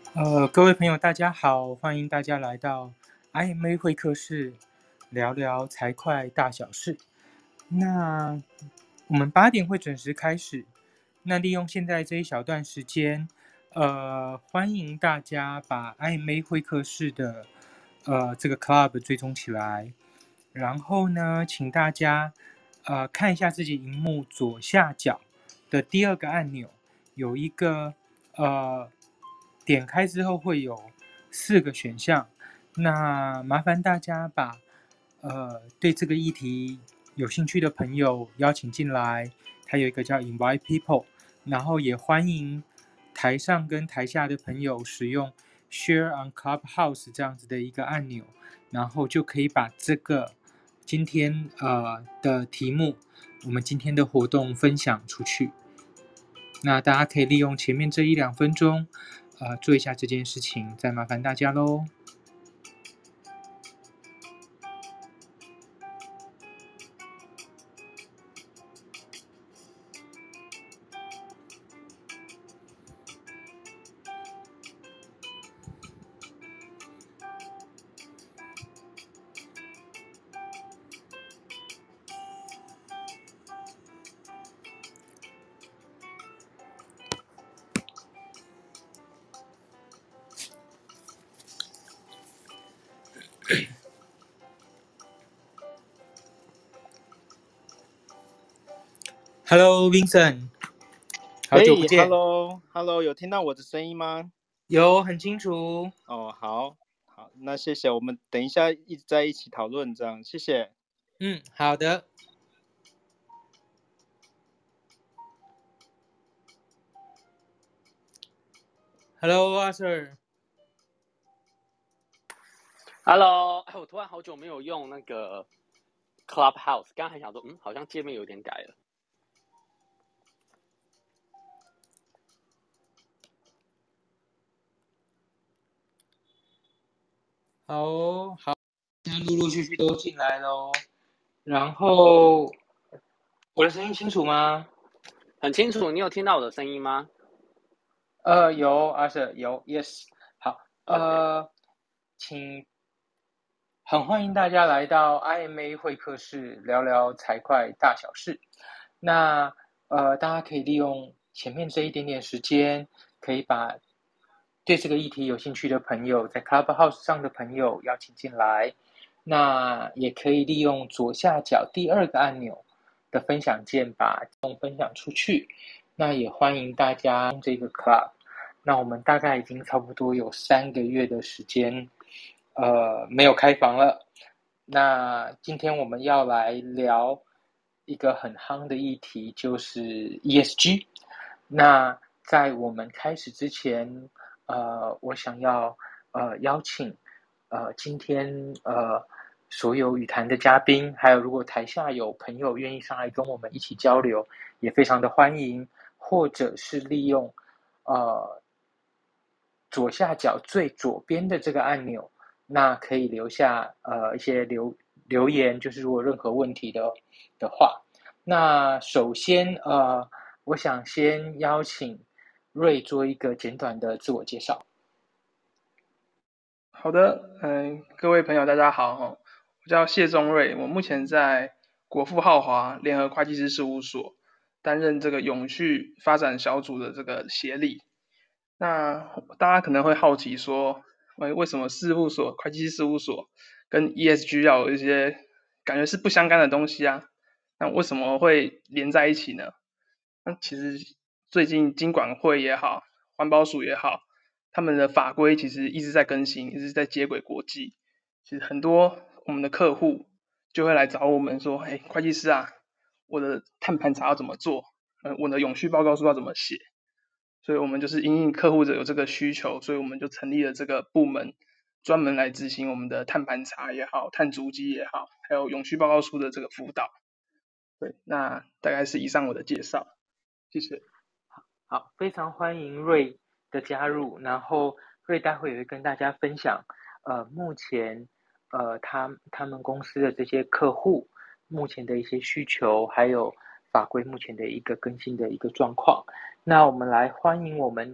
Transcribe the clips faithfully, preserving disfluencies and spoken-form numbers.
呃，各位朋友，大家好，欢迎大家来到 I M A 会客室，聊聊财会大小事。那我们八点会准时开始。那利用现在这一小段时间，呃，欢迎大家把 I M A 会客室的呃这个 club 追踪起来。然后呢，请大家呃看一下自己荧幕左下角的第二个按钮，有一个呃点开之后会有四个选项。那麻烦大家把呃对这个议题有兴趣的朋友邀请进来，它有一个叫 Invite People，然后也欢迎台上跟台下的朋友使用 Share on Clubhouse 这样子的一个按钮，然后就可以把这个今天呃的题目，我们今天的活动分享出去。那大家可以利用前面这一两分钟，呃，做一下这件事情，再麻烦大家喽。Hello Vincent，好久不嘿、 见。 ，Hello Hello，有听到我的声音吗？ 有，很清楚。 哦，好，好，那谢谢，我们等一下一直在一起讨论，这样，谢谢。 嗯，好的。Hello Arthur。 Hello，哎，我突然好久没有用那个 Clubhouse，刚刚还想说，嗯，好像界面有点改了。 好哦，好，现在陆陆续续都进来喽。然后我的声音清楚吗？ 很清楚，你有听到我的声音吗？ 呃，有，Arthur 有 ，Yes。好，呃，请很欢迎大家来到 I M A 会客室，聊聊财会大小事。那呃，大家可以利用前面这一点点时间，可以把对这个议题有兴趣的朋友，在 Clubhouse 上的朋友邀请进来。那也可以利用左下角第二个按钮的分享键，把分享出去。那也欢迎大家这个 Club。那我们大概已经差不多有三个月的时间，呃，没有开房了。那今天我们要来聊一个很夯的议题，就是 E S G。那在我们开始之前，呃，我想要呃邀请呃今天呃所有语坛的嘉宾，还有如果台下有朋友愿意上来跟我们一起交流，也非常的欢迎，或者是利用呃左下角最左边的这个按钮，那可以留下呃一些留留言，就是如果任何问题的的话。那首先呃，我想先邀请瑞做一个简短的自我介绍。 好的，嗯，各位朋友，大家好，我叫谢宗瑞，我目前在国富浩华联合会计师事务所担任这个永续发展小组的这个协理。那大家可能会好奇说，为为什么事务所会计师事务所跟 E S G 要有一些感觉是不相干的东西啊？那为什么会连在一起呢？那其实最近金管会也好，环保署也好，他们的法规其实一直在更新，一直在接轨国际。其实很多我们的客户就会来找我们说：“哎，会计师啊，我的碳盘查要怎么做？呃，我的永续报告书要怎么写？”所以我们就是因应客户者有这个需求，所以我们就成立了这个部门，专门来执行我们的碳盘查也好、碳足迹也好，还有永续报告书的这个辅导。对，那大概是以上我的介绍，谢谢。 好，非常欢迎瑞的加入，然后瑞待会也会跟大家分享，呃，目前呃他他们公司的这些客户目前的一些需求，还有法规目前的一个更新的一个状况。那我们来欢迎我们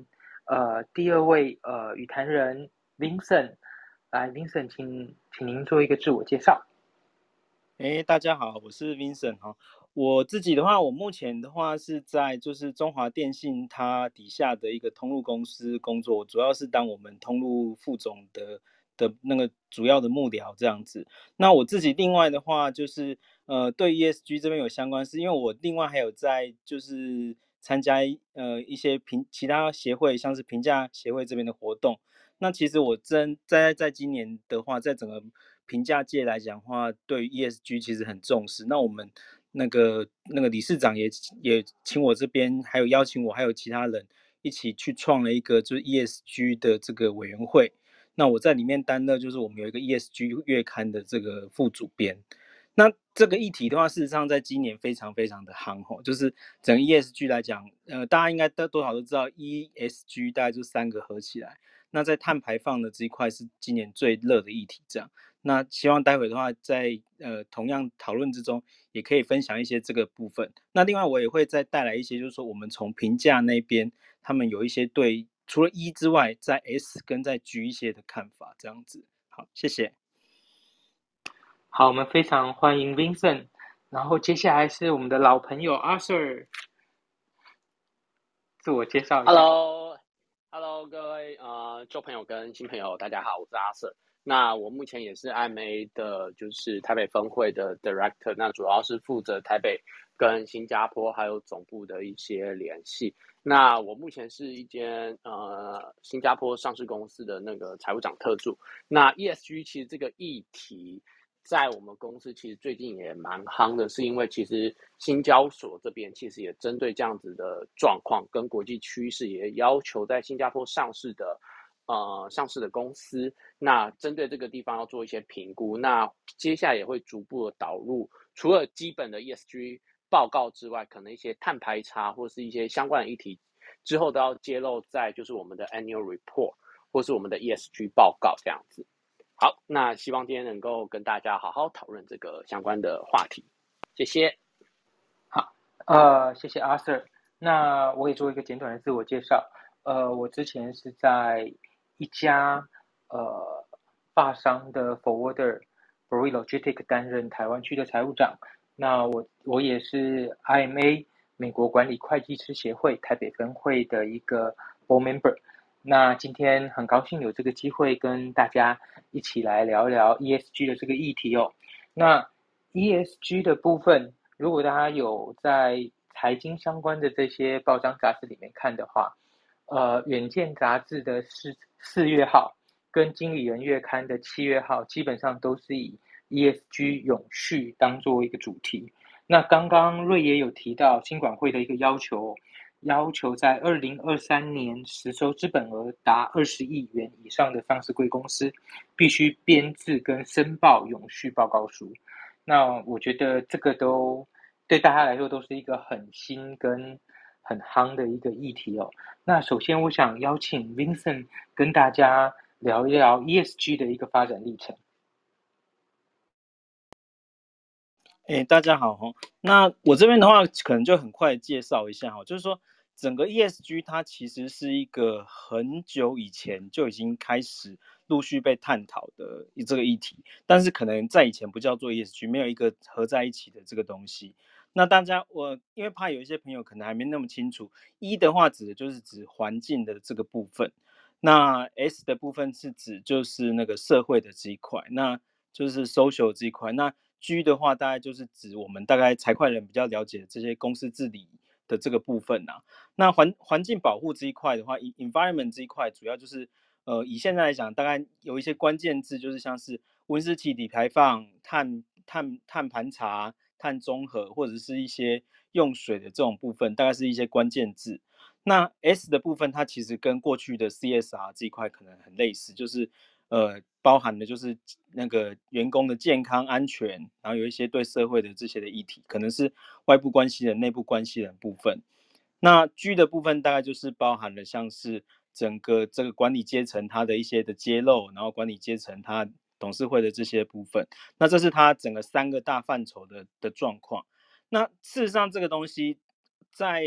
呃，第二位呃语坛人 Vincent，来 Vincent，请请您做一个自我介绍。 哎，大家好，我是 Vincent 哈。我自己的话，我目前的话是在就是中华电信它底下的一个通路公司工作，我主要是当我们通路副总的的那个主要的幕僚这样子。那我自己另外的话就是呃对 E S G 这边有相关，是因为我另外还有在就是参加呃一些评其他协会，像是评价协会这边的活动。那其实我真在在今年的话，在整个评价界来讲的话，对于 E S G 其实很重视。那我们那个那个理事长也也请我这边，还有邀请我，还有其他人一起去创了一个就是 E S G 的这个委员会。那我在里面担任就是我们有一个 E S G 月刊的这个副主编。那这个议题的话，事实上在今年非常非常的夯吼，就是整个 E S G 来讲，呃，大家应该多多少都知道 E S G 大概就三个合起来。那在碳排放的这一块是今年最热的议题，这样。那希望待会的话在，呃同样讨论之中，也可以分享一些这个部分。那另外我也会再带来一些，就是说我们从评价那边，他们有一些对除了 E 之外，在 S 跟在 G 一些的看法，这样子。好，谢谢。 好，我们非常欢迎 Vincent，然后接下来是我们的老朋友 Arthur，自我介绍一下。 Hello，Hello， 各位呃旧朋友跟新朋友，大家好，我是阿 Sir。那我目前也是 I M A 的，就是台北分会的 Director， 那主要是负责台北跟新加坡还有总部的一些联系。那我目前是一间呃新加坡上市公司的那个财务长特助。那 E S G 其实这个议题，在我们公司其实最近也蛮夯的，是因为其实新交所这边其实也针对这样子的状况跟国际趋势，也要求在新加坡上市的呃上市的公司，那针对这个地方要做一些评估。那接下来也会逐步的导入，除了基本的 E S G 报告之外，可能一些碳排差或是一些相关的议题之后都要揭露在就是我们的 annual report 或是我们的 E S G 报告这样子。好，那希望今天能够跟大家好好讨论这个相关的话题，谢谢。 好，呃，谢谢 Arthur。那我也做一个简短的自我介绍。呃，我之前是在一家呃发商的 forwarder Broy Logistics 担任台湾区的财务长。那我我也是 I M A 美国管理会计师协会台北分会的一个 board member。那今天很高兴有这个机会跟大家一起来聊一聊 E S G 的这个议题哦。那 E S G 的部分，如果大家有在财经相关的这些报章杂志里面看的话，呃，远见杂志的四四月号跟经理人月刊的七月号，基本上都是以 E S G 永续当做一个主题。那刚刚瑞也有提到金管会的一个要求，要求在二零二三年实收资本额达二十亿元以上的上市柜公司，必须编制跟申报永续报告书。那我觉得这个都对大家来说都是一个很新跟很夯的一个议题哦。那首先我想邀请 Vincent 跟大家聊一聊 E S G 的一个发展历程。 哎，大家好哈。那我这边的话，可能就很快介绍一下哈，就是说整个 E S G 它其实是一个很久以前就已经开始陆续被探讨的这个议题，但是可能在以前不叫做 E S G， 没有一个合在一起的这个东西。那大家我因为怕有一些朋友可能还没那么清楚 ，E 的话指的就是指环境的这个部分，那 S 的部分是指就是那个社会的这一块，那就是 social 这一块。那 G 的话，大概就是指我们大概财会人比较了解的这些公司治理的这个部分啊。那环环境保护这一块的话 ，environment 这一块主要就是呃，以现在来讲，大概有一些关键字，就是像是温室气体排放、碳碳碳盘查、碳中和，或者是一些用水的这种部分，大概是一些关键字。那 S 的部分，它其实跟过去的 C S R 这一块可能很类似，就是呃，包含的就是那个员工的健康安全，然后有一些对社会的这些的议题，可能是外部关系人、内部关系人部分。那 G 的部分大概就是包含了像是整个这个管理阶层它的一些的揭露，然后管理阶层它董事会的这些部分。那这是它整个三个大范畴的的状况。那事实上这个东西在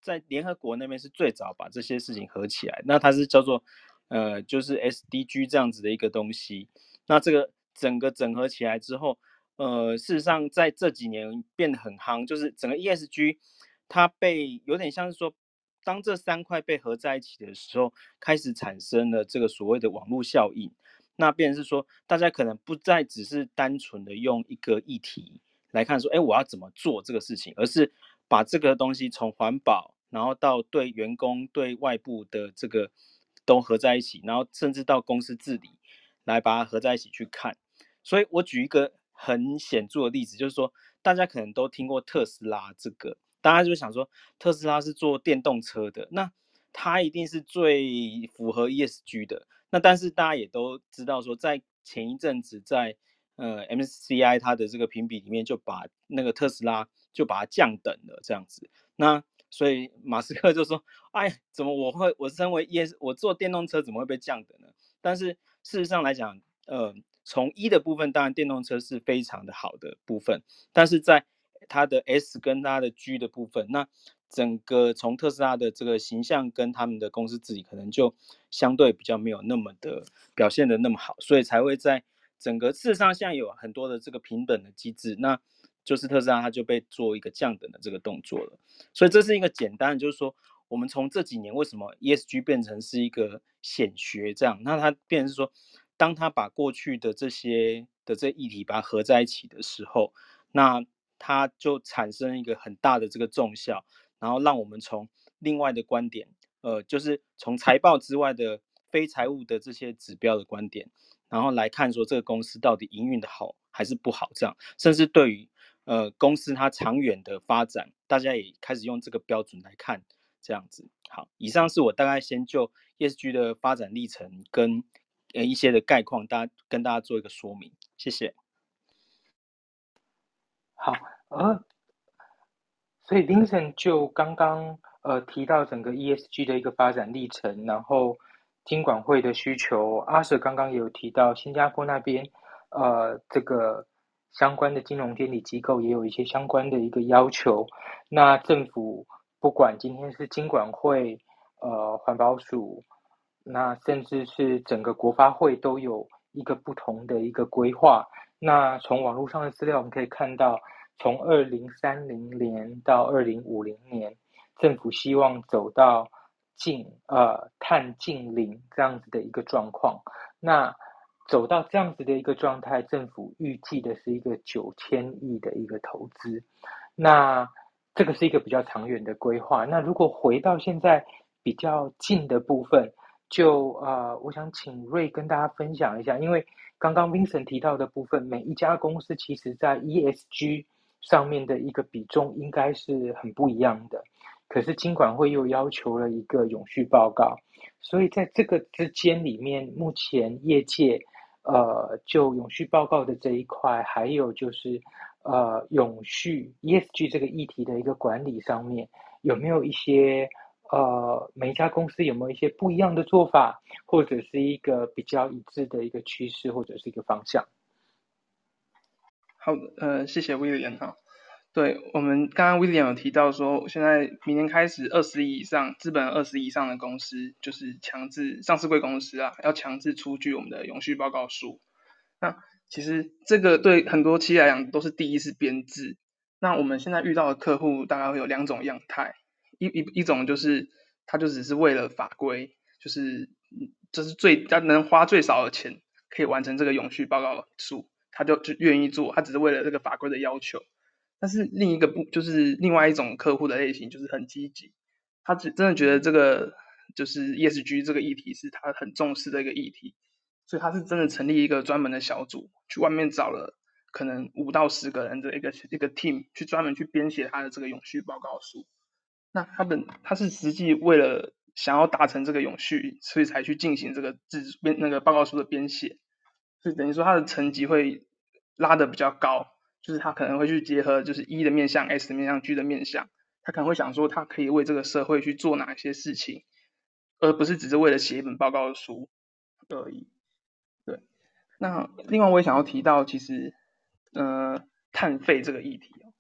在联合国那边是最早把这些事情合起来，那它是叫做呃就是 S D G 这样子的一个东西。那这个整个整合起来之后，呃，事实上在这几年变得很夯，就是整个 E S G 它被有点像是说，当这三块被合在一起的时候，开始产生了这个所谓的网络效应。那变成是说，大家可能不再只是单纯的用一个议题来看说，哎，我要怎么做这个事情，而是把这个东西从环保，然后到对员工、对外部的这个都合在一起，然后甚至到公司治理来把它合在一起去看。所以我举一个很显著的例子，就是说，大家可能都听过特斯拉这个，大家就想说，特斯拉是做电动车的，那它一定是最符合 E S G 的。那但是大家也都知道说，在前一阵子在呃 M S C I 它的这个评比里面，就把那个特斯拉就把它降等了这样子。那所以马斯克就说：“哎，怎么我会我身为 E S 我做电动车怎么会被降等呢？”但是事实上来讲，呃，从 E 的部分，当然电动车是非常的好的部分，但是在它的 S 跟它的 G 的部分，那整个从特斯拉的这个形象跟他们的公司治理，可能就相对比较没有那么的表现的那么好，所以才会在整个事实上现在有很多的这个平等的机制，那就是特斯拉它就被做一个降等的这个动作了。所以这是一个简单的，就是说我们从这几年为什么 E S G 变成是一个显学这样，那它变成是说，当它把过去的这些的这议题把它合在一起的时候，那它就产生一个很大的这个重效，然后让我们从另外的观点，呃，就是从财报之外的非财务的这些指标的观点，然后来看说这个公司到底营运的好还是不好，这样，甚至对于呃公司它长远的发展，大家也开始用这个标准来看，这样子。好，以上是我大概先就 E S G 的发展历程跟呃一些的概况，大家跟大家做一个说明，谢谢。 好，呃，所以 Vincent 就刚刚呃提到整个 E S G 的一个发展历程，然后金管会的需求，阿 Sir 刚刚也有提到新加坡那边呃这个相关的金融监理机构也有一些相关的一个要求。那政府不管今天是金管会、呃环保署，那甚至是整个国发会都有一个不同的一个规划。那从网络上的资料我们可以看到，从二零三零年到二零五零年，政府希望走到净呃碳净零这样子的一个状况。那走到这样子的一个状态，政府预计的是一个九千亿的一个投资。那这个是一个比较长远的规划。那如果回到现在比较近的部分，就呃，我想请瑞跟大家分享一下，因为刚刚 Vincent 提到的部分，每一家公司其实在 E S G 上面的一个比重应该是很不一样的。可是金管会又要求了一个永续报告，所以在这个之间里面，目前业界呃就永续报告的这一块，还有就是呃永续 E S G 这个议题的一个管理上面，有没有一些呃每一家公司有没有一些不一样的做法，或者是一个比较一致的一个趋势，或者是一个方向？ 好的，呃，谢谢 William 哈。对，我们刚刚 William 有提到说，现在明年开始二十亿以上资本二十亿以上的公司，就是强制上市柜公司啊，要强制出具我们的永续报告书。那其实这个对很多企业来讲都是第一次编制。那我们现在遇到的客户大概会有两种样态，一一一种就是他就只是为了法规，就是就是最他能花最少的钱可以完成这个永续报告书，他就就愿意做，他只是为了这个法规的要求。但是另一个不就是另外一种客户的类型，就是很积极，他只真的觉得这个就是 E S G 这个议题是他很重视的一个议题，所以他是真的成立一个专门的小组，去外面找了可能五到十个人的一个一个 team， 去专门去编写他的这个永续报告书。那他的他是实际为了想要达成这个永续，所以才去进行这个制编那个报告书的编写，所以等于说他的层级会拉得比较高。就是他可能会去结合就是 E 的面向 S 的面向 G 的面向，他可能会想说他可以为这个社会去做哪些事情，而不是只是为了写一本报告书而已。对，那另外我也想要提到其实呃碳费这个议题，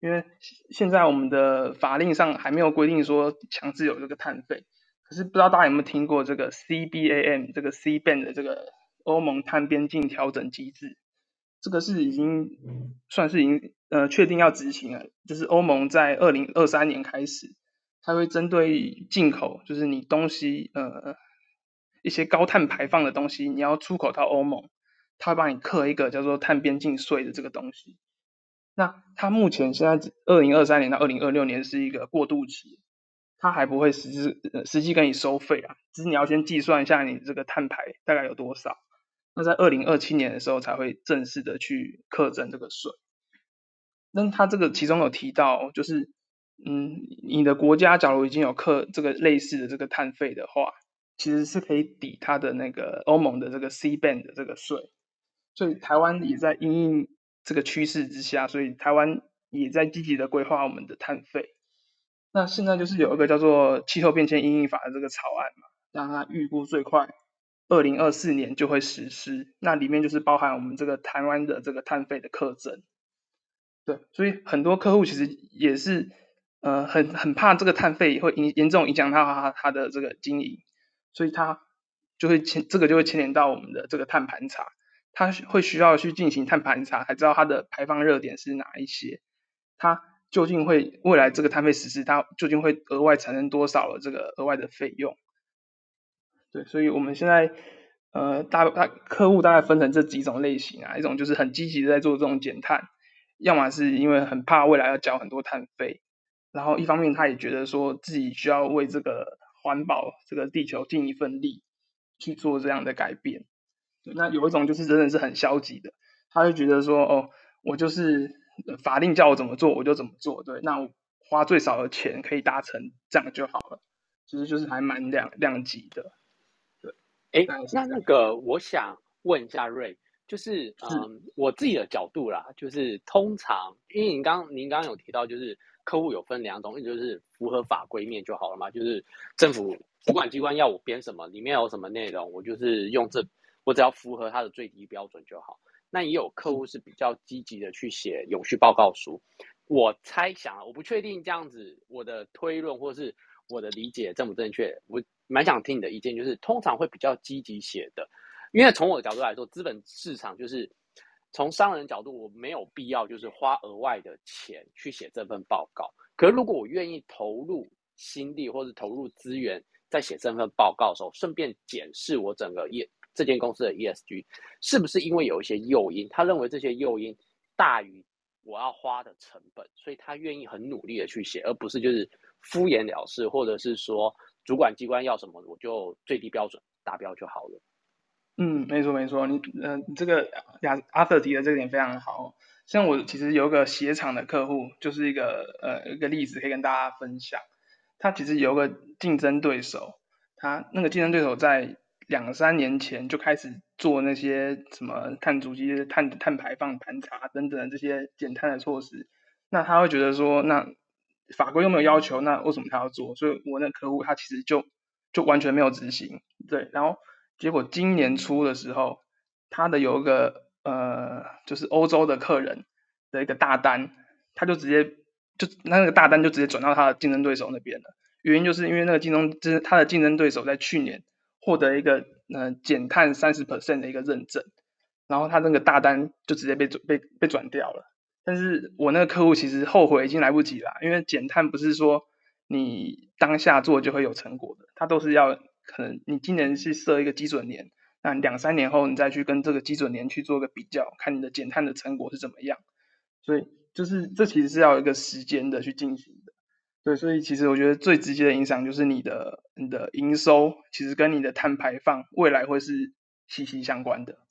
因为现在我们的法令上还没有规定说强制有这个碳费，可是不知道大家有没有听过这个 C B A M 这个 C B A M 的这个欧盟碳边境调整机制，这个是已经算是已经呃确定要执行了，就是欧盟在二零二三年开始，它会针对进口，就是你东西呃一些高碳排放的东西，你要出口到欧盟，它会帮你课一个叫做碳边境税的这个东西。那它目前现在二零二三年到二零二六年是一个过渡期，它还不会实质呃实际跟你收费啊，只是你要先计算一下你这个碳排大概有多少。那在二零二七年的时候才会正式的去课征这个税。那它这个其中有提到，就是嗯，你的国家假如已经有课这个类似的这个碳费的话，其实是可以抵它的那个欧盟的这个 C B A M 的这个税。所以台湾也在因应这个趋势之下，所以台湾也在积极的规划我们的碳费。那现在就是有一个叫做气候变迁因应法的这个草案嘛，让它预估最快二零二四年就会实施，那里面就是包含我们这个台湾的这个碳费的课征。对，所以很多客户其实也是呃很很怕这个碳费会影严重影响到他他的这个经营，所以他就会牵这个就会牵连到我们的这个碳盘查，他会需要去进行碳盘查，才知道它的排放热点是哪一些，它究竟会未来这个碳费实施，它究竟会额外产生多少的这个额外的费用。对，所以我们现在呃大大客户大概分成这几种类型啊，一种就是很积极的在做这种减碳，要么是因为很怕未来要缴很多碳费，然后一方面他也觉得说自己需要为这个环保这个地球尽一份力去做这样的改变。那有一种就是真的是很消极的，他就觉得说哦，我就是法令叫我怎么做我就怎么做，对，那我花最少的钱可以达成这样就好了，其实就是还蛮两两极的。 哎，那那个我想问一下瑞，就是嗯，我自己的角度啦，就是通常因为您刚您刚刚有提到，就是客户有分两种，一就是符合法规面就好了嘛，就是政府主管机关要我编什么，里面有什么内容，我就是用这，我只要符合它的最低标准就好。那也有客户是比较积极的去写永续报告书，我猜想，我不确定这样子我的推论或是我的理解正不正确，我蛮想听你的意见，就是通常会比较积极写的，因为从我的角度来说，资本市场就是从商人角度，我没有必要就是花额外的钱去写这份报告。可是如果我愿意投入心力或是投入资源在写这份报告的时候，顺便检视我整个业这间公司的 E S G 是不是因为有一些诱因，他认为这些诱因大于我要花的成本，所以他愿意很努力的去写，而不是就是敷衍了事，或者是说主管机关要什么我就最低标准达标就好了。 嗯，没错没错，你呃你这个亚阿瑟提的这个点非常好。像我其实有一个鞋厂的客户，就是一个呃一个例子可以跟大家分享。他其实有个竞争对手，他那个竞争对手在两三年前就开始做那些什么碳足迹、碳碳排放盘查等等这些减碳的措施。那他会觉得说，那法规又没有要求，那为什么他要做？所以我那客户他其实就就完全没有执行。对，然后结果今年初的时候，他的有一个呃，就是欧洲的客人的一个大单，他就直接就那个大单就直接转到他的竞争对手那边了。原因就是因为那个竞争，就是他的竞争对手在去年获得一个呃减碳三十 percent 的一个认证，然后他那个大单就直接被被被转掉了。但是我那个客户其实后悔已经来不及了，因为减碳不是说你当下做就会有成果的，它都是要可能你今年是设一个基准年，那两三年后你再去跟这个基准年去做个比较，看你的减碳的成果是怎么样。所以就是这其实是要有一个时间的去进行的。对，所以其实我觉得最直接的影响就是你的你的营收，其实跟你的碳排放未来会是息息相关的。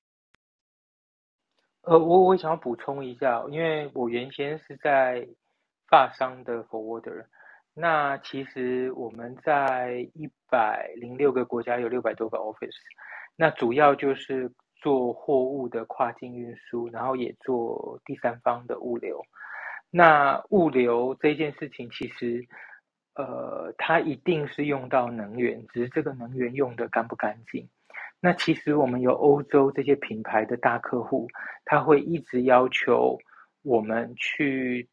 呃，我我想要补充一下，因为我原先是在发商的 forwarder，那其实我们在一百零六个国家有六百多个 office，那主要就是做货物的跨境运输，然后也做第三方的物流。那物流这件事情，其实呃，它一定是用到能源，只是这个能源用的干不干净。那其实我们有欧洲这些品牌的大客户，他会一直要求我们去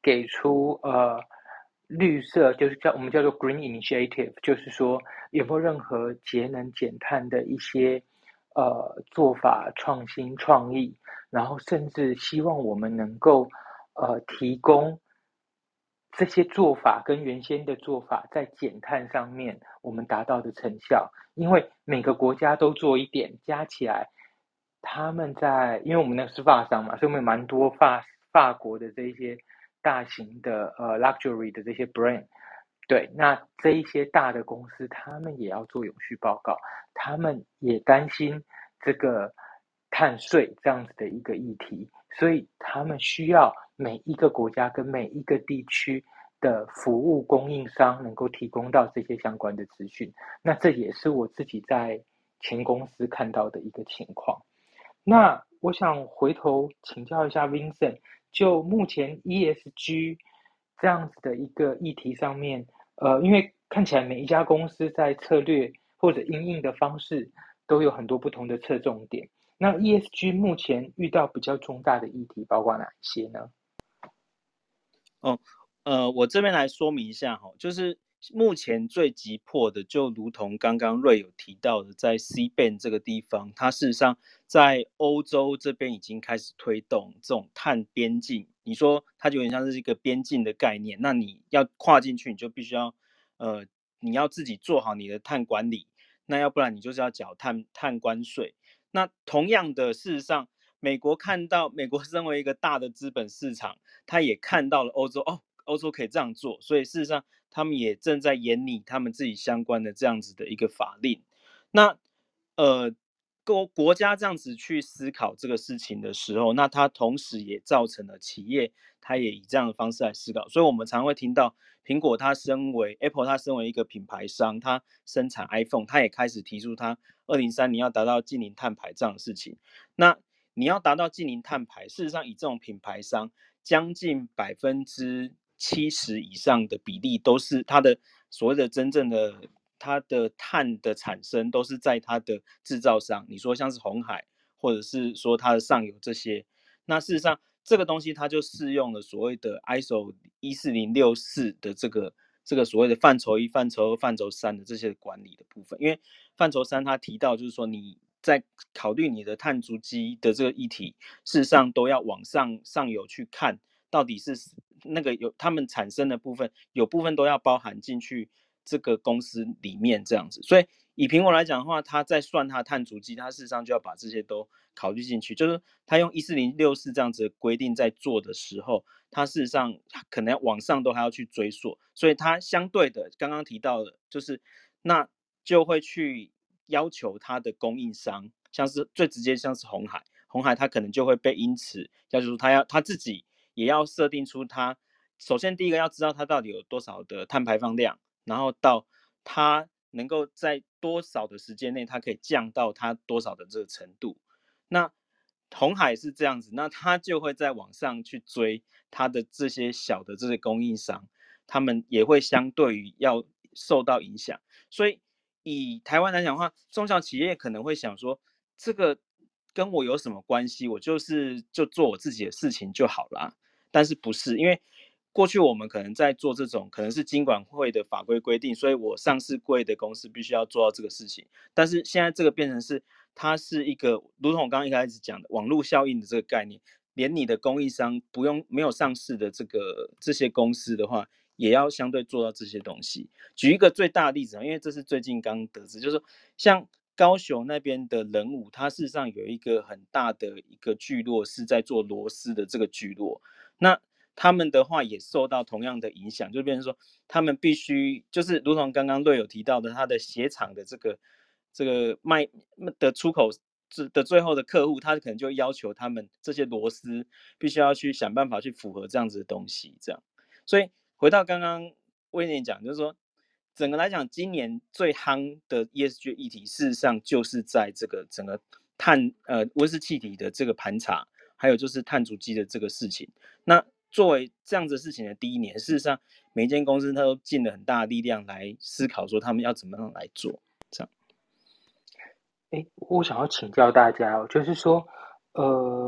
给出呃绿色，就是叫我们叫做 Green Initiative，就是说有没有任何节能减碳的一些呃做法、创新、创意，然后甚至希望我们能够呃提供这些做法跟原先的做法在减碳上面我们达到的成效，因为每个国家都做一点，加起来，他们在，因为我们那个是法商嘛，所以我们有蛮多法法国的这一些大型的呃 luxury 的这些 brand，对，那这一些大的公司，他们也要做永续报告，他们也担心这个碳税这样子的一个议题，所以他们需要每一个国家跟每一个地区的服务供应商能够提供到这些相关的资讯。那这也是我自己在前公司看到的一个情况。那我想回头请教一下 Vincent，就目前 E S G 这样子的一个议题上面，呃，因为看起来每一家公司在策略或者因应的方式都有很多不同的侧重点。那 E S G 目前遇到比较重大的议题包括哪一些呢？ 哦，呃，我这边来说明一下哈，就是目前最急迫的，就如同刚刚瑞有提到的，在 C band 这个地方，它事实上在欧洲这边已经开始推动这种碳边境。你说它就有点像是一个边境的概念，那你要跨进去，你就必须要，呃，你要自己做好你的碳管理，那要不然你就是要缴碳碳关税。那同样的，事实上，美国看到美国身为一个大的资本市场，他也看到了欧洲哦，欧洲可以这样做，所以事实上他们也正在研拟他们自己相关的这样子的一个法令。那呃国国家这样子去思考这个事情的时候，那它同时也造成了企业它也以这样的方式来思考。所以我们常会听到苹果它身为 Apple 它身为一个品牌商，它生产 iPhone， 它也开始提出它二零三零要达到净零碳排这样的事情。那你要达到净零碳排，事实上以这种品牌商，将近百分之七十以上的比例都是它的所谓的真正的它的碳的产生都是在它的制造商。你说像是鸿海，或者是说它的上游这些，那事实上这个东西它就适用了所谓的 I S O 一四零六四的这个这个所谓的范畴一、范畴二、范畴三的这些管理的部分。因为范畴三它提到就是说你在考虑你的碳足迹的这个议题，事实上都要往上上游去看，到底是那个有他们产生的部分，有部分都要包含进去这个公司里面这样子。所以以苹果来讲的话，他在算他的碳足迹，他事实上就要把这些都考虑进去。就是他用一四零六四这样子的规定在做的时候，他事实上可能往上都还要去追溯，所以他相对的刚刚提到的，就是那就会去要求他的供应商，像是最直接像是鸿海，鸿海他可能就会被因此要求他要他自己也要设定出他，首先第一个要知道他到底有多少的碳排放量，然后到他能够在多少的时间内，他可以降到他多少的这个程度。那鸿海是这样子，那他就会在往上去追他的这些小的这些供应商，他们也会相对于要受到影响。所以以台湾来讲的话，中小企业可能会想说，这个跟我有什么关系？我就是就做我自己的事情就好啦。但是不是，因为过去我们可能在做这种，可能是金管会的法规规定，所以我上市柜的公司必须要做到这个事情。但是现在这个变成是，它是一个，如同我刚刚一开始讲的网络效应的这个概念，连你的供应商不用没有上市的这个这些公司的话，也要相对做到这些东西。举一个最大的例子，因为这是最近刚得知，就是像高雄那边的仁武，它事实上有一个很大的一个聚落是在做螺丝的这个聚落，那他们的话也受到同样的影响，就变成说他们必须就是如同刚刚瑞有提到的，他的鞋厂的这个这个卖的出口的最后的客户，他可能就要求他们这些螺丝必须要去想办法去符合这样子的东西，这样。所以回到刚刚威廉讲，就是说整个来讲，今年最夯的 E S G 议题，事实上就是在这个整个碳呃温室气体的这个盘查，还有就是碳足迹的这个事情。那作为这样子的事情的第一年，事实上每一间公司它都尽了很大的力量来思考说他们要怎么样来做。这样。 哎，我想要请教大家哦，就是说，呃，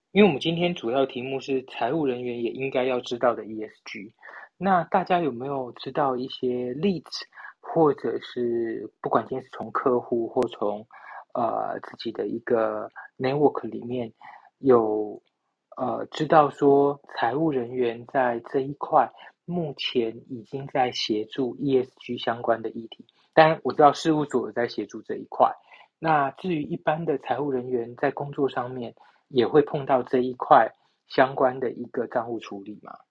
因为我们今天主要题目是财务人员也应该要知道的 E S G。那大家有没有知道一些例子，或者是不管今天是从客户或从呃自己的一个 network 里面有呃知道说财务人员在这一块目前已经在协助 E S G 相关的议题？当然我知道事务所有在协助这一块。那至于一般的财务人员在工作上面也会碰到这一块相关的一个账户处理吗？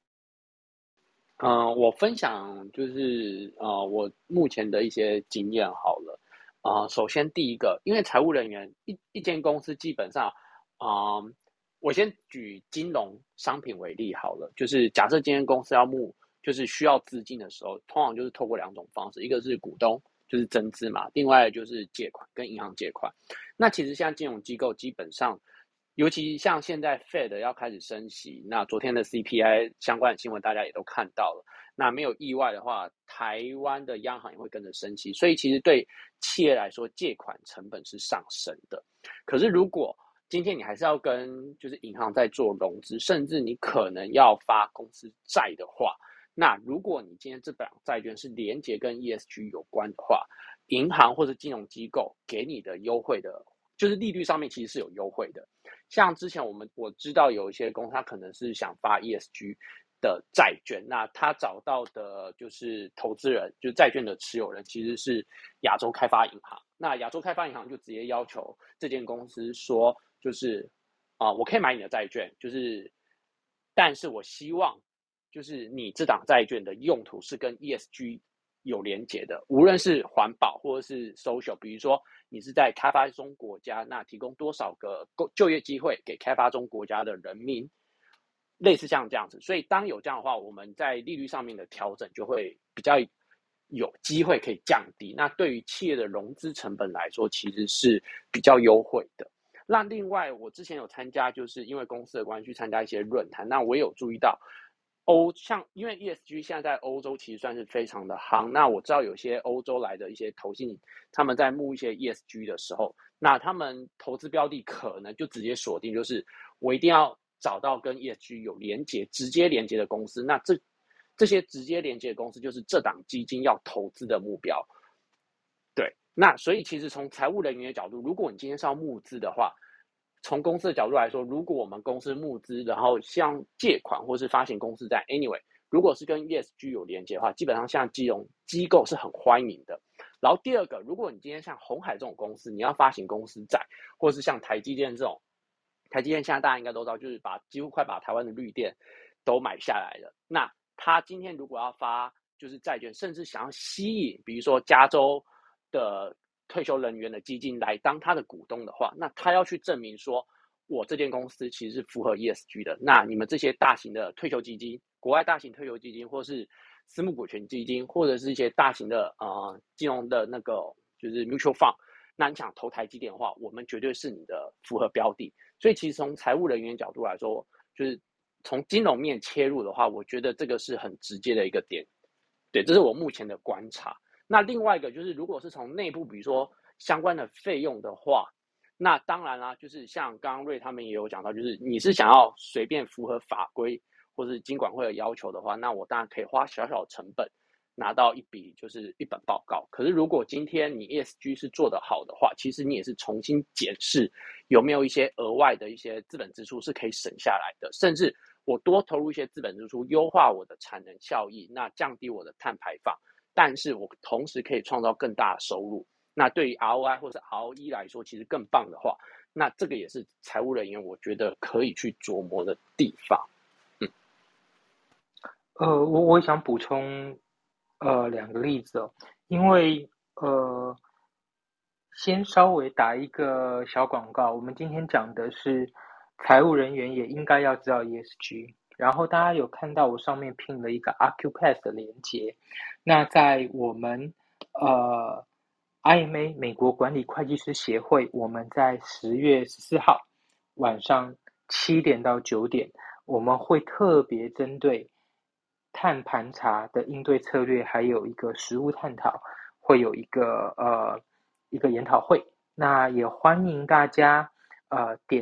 嗯、呃我分享就是呃我目前的一些经验好了。呃，首先第一个，因为财务人员一一间公司基本上，啊、呃我先举金融商品为例好了，就是假设今天公司要募，就是需要资金的时候，通常就是透过两种方式，一个是股东，就是增资嘛，另外就是借款，跟银行借款。那其实像金融机构基本上，尤其像现在 Fed 要开始升息，那昨天的 C P I 相关的新闻大家也都看到了。那没有意外的话，台湾的央行也会跟着升息，所以其实对企业来说，借款成本是上升的。可是如果今天你还是要跟就是银行在做融资，甚至你可能要发公司债的话，那如果你今天这档债券是连结跟 E S G 有关的话，银行或者金融机构给你的优惠的，就是利率上面其实是有优惠的。像之前我们我知道有一些公司，他可能是想发 E S G 的债券，那他找到的就是投资人，就是债券的持有人，其实是亚洲开发银行。那亚洲开发银行就直接要求这间公司说，就是啊、呃，我可以买你的债券，就是，但是我希望就是你这档债券的用途是跟 E S G 有连结的，无论是环保或者是 social， 比如说你是在开发中国家，那提供多少个就业机会给开发中国家的人民，类似像这样子。所以当有这样的话，我们在利率上面的调整就会比较有机会可以降低。那对于企业的融资成本来说，其实是比较优惠的。那另外，我之前有参加，就是因为公司的关系去参加一些论坛，那我也有注意到。欧像因为 E S G 现在在欧洲其实算是非常的夯，那我知道有些欧洲来的一些投信，他们在募一些 E S G 的时候，那他们投资标的可能就直接锁定，就是我一定要找到跟 E S G 有连结、直接连结的公司，那这这些直接连接的公司就是这档基金要投资的目标。对，那所以其实从财务人员的角度，如果你今天是要募资的话，从公司的角度来说，如果我们公司募资，然后像借款或是发行公司债 ，anyway，如果是跟 E S G 有连接的话，基本上像金融机构是很欢迎的。然后第二个，如果你今天像鸿海这种公司，你要发行公司债，或是像台积电这种，台积电现在大家应该都知道，就是把几乎快把台湾的绿电都买下来了。那他今天如果要发就是债券，甚至想要吸引，比如说加州的退休人员的基金来当他的股东的话，那他要去证明说，我这间公司其实是符合 E S G 的。那你们这些大型的退休基金，国外大型退休基金，或是私募股权基金，或者是一些大型的呃金融的那个就是 mutual fund，那你想投台积电的话，我们绝对是你的符合标的。所以其实从财务人员角度来说，就是从金融面切入的话，我觉得这个是很直接的一个点。对，这是我目前的观察。那另外一个就是，如果是从内部，比如说相关的费用的话，那当然啦，就是像刚刚瑞他们也有讲到，就是你是想要随便符合法规或是金管会的要求的话，那我当然可以花小小的成本拿到一笔就是一本报告。可是如果今天你 E S G 是做得好的话，其实你也是重新检视有没有一些额外的一些资本支出是可以省下来的，甚至我多投入一些资本支出，优化我的产能效益，那降低我的碳排放。但是我同时可以创造更大的收入。那对于 R O I 或者 R O E 来说，其实更棒的话，那这个也是财务人员我觉得可以去琢磨的地方。嗯， 呃，我我想补充呃两个例子哦，因为呃，先稍微打一个小广告，我们今天讲的是财务人员也应该要知道 E S G，然后大家有看到我上面拼了一个 Acupass 的连接，那在我们呃 I M A 美国管理会计师协会，我们在十月十四号晚上七点到九点，我们会特别针对碳盘查的应对策略，还有一个实务探讨，会有一个呃一个研讨会。那也欢迎大家呃点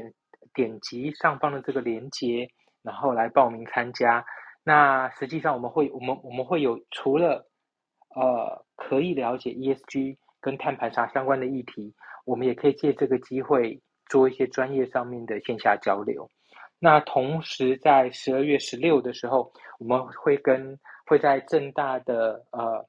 点击上方的这个连结，然后来报名参加。那实际上我们会我们我们会有除了呃可以了解 E S G 跟碳盘查相关的议题，我们也可以借这个机会做一些专业上面的线下交流。那同时在十二月十六的时候，我们会跟会在政大的呃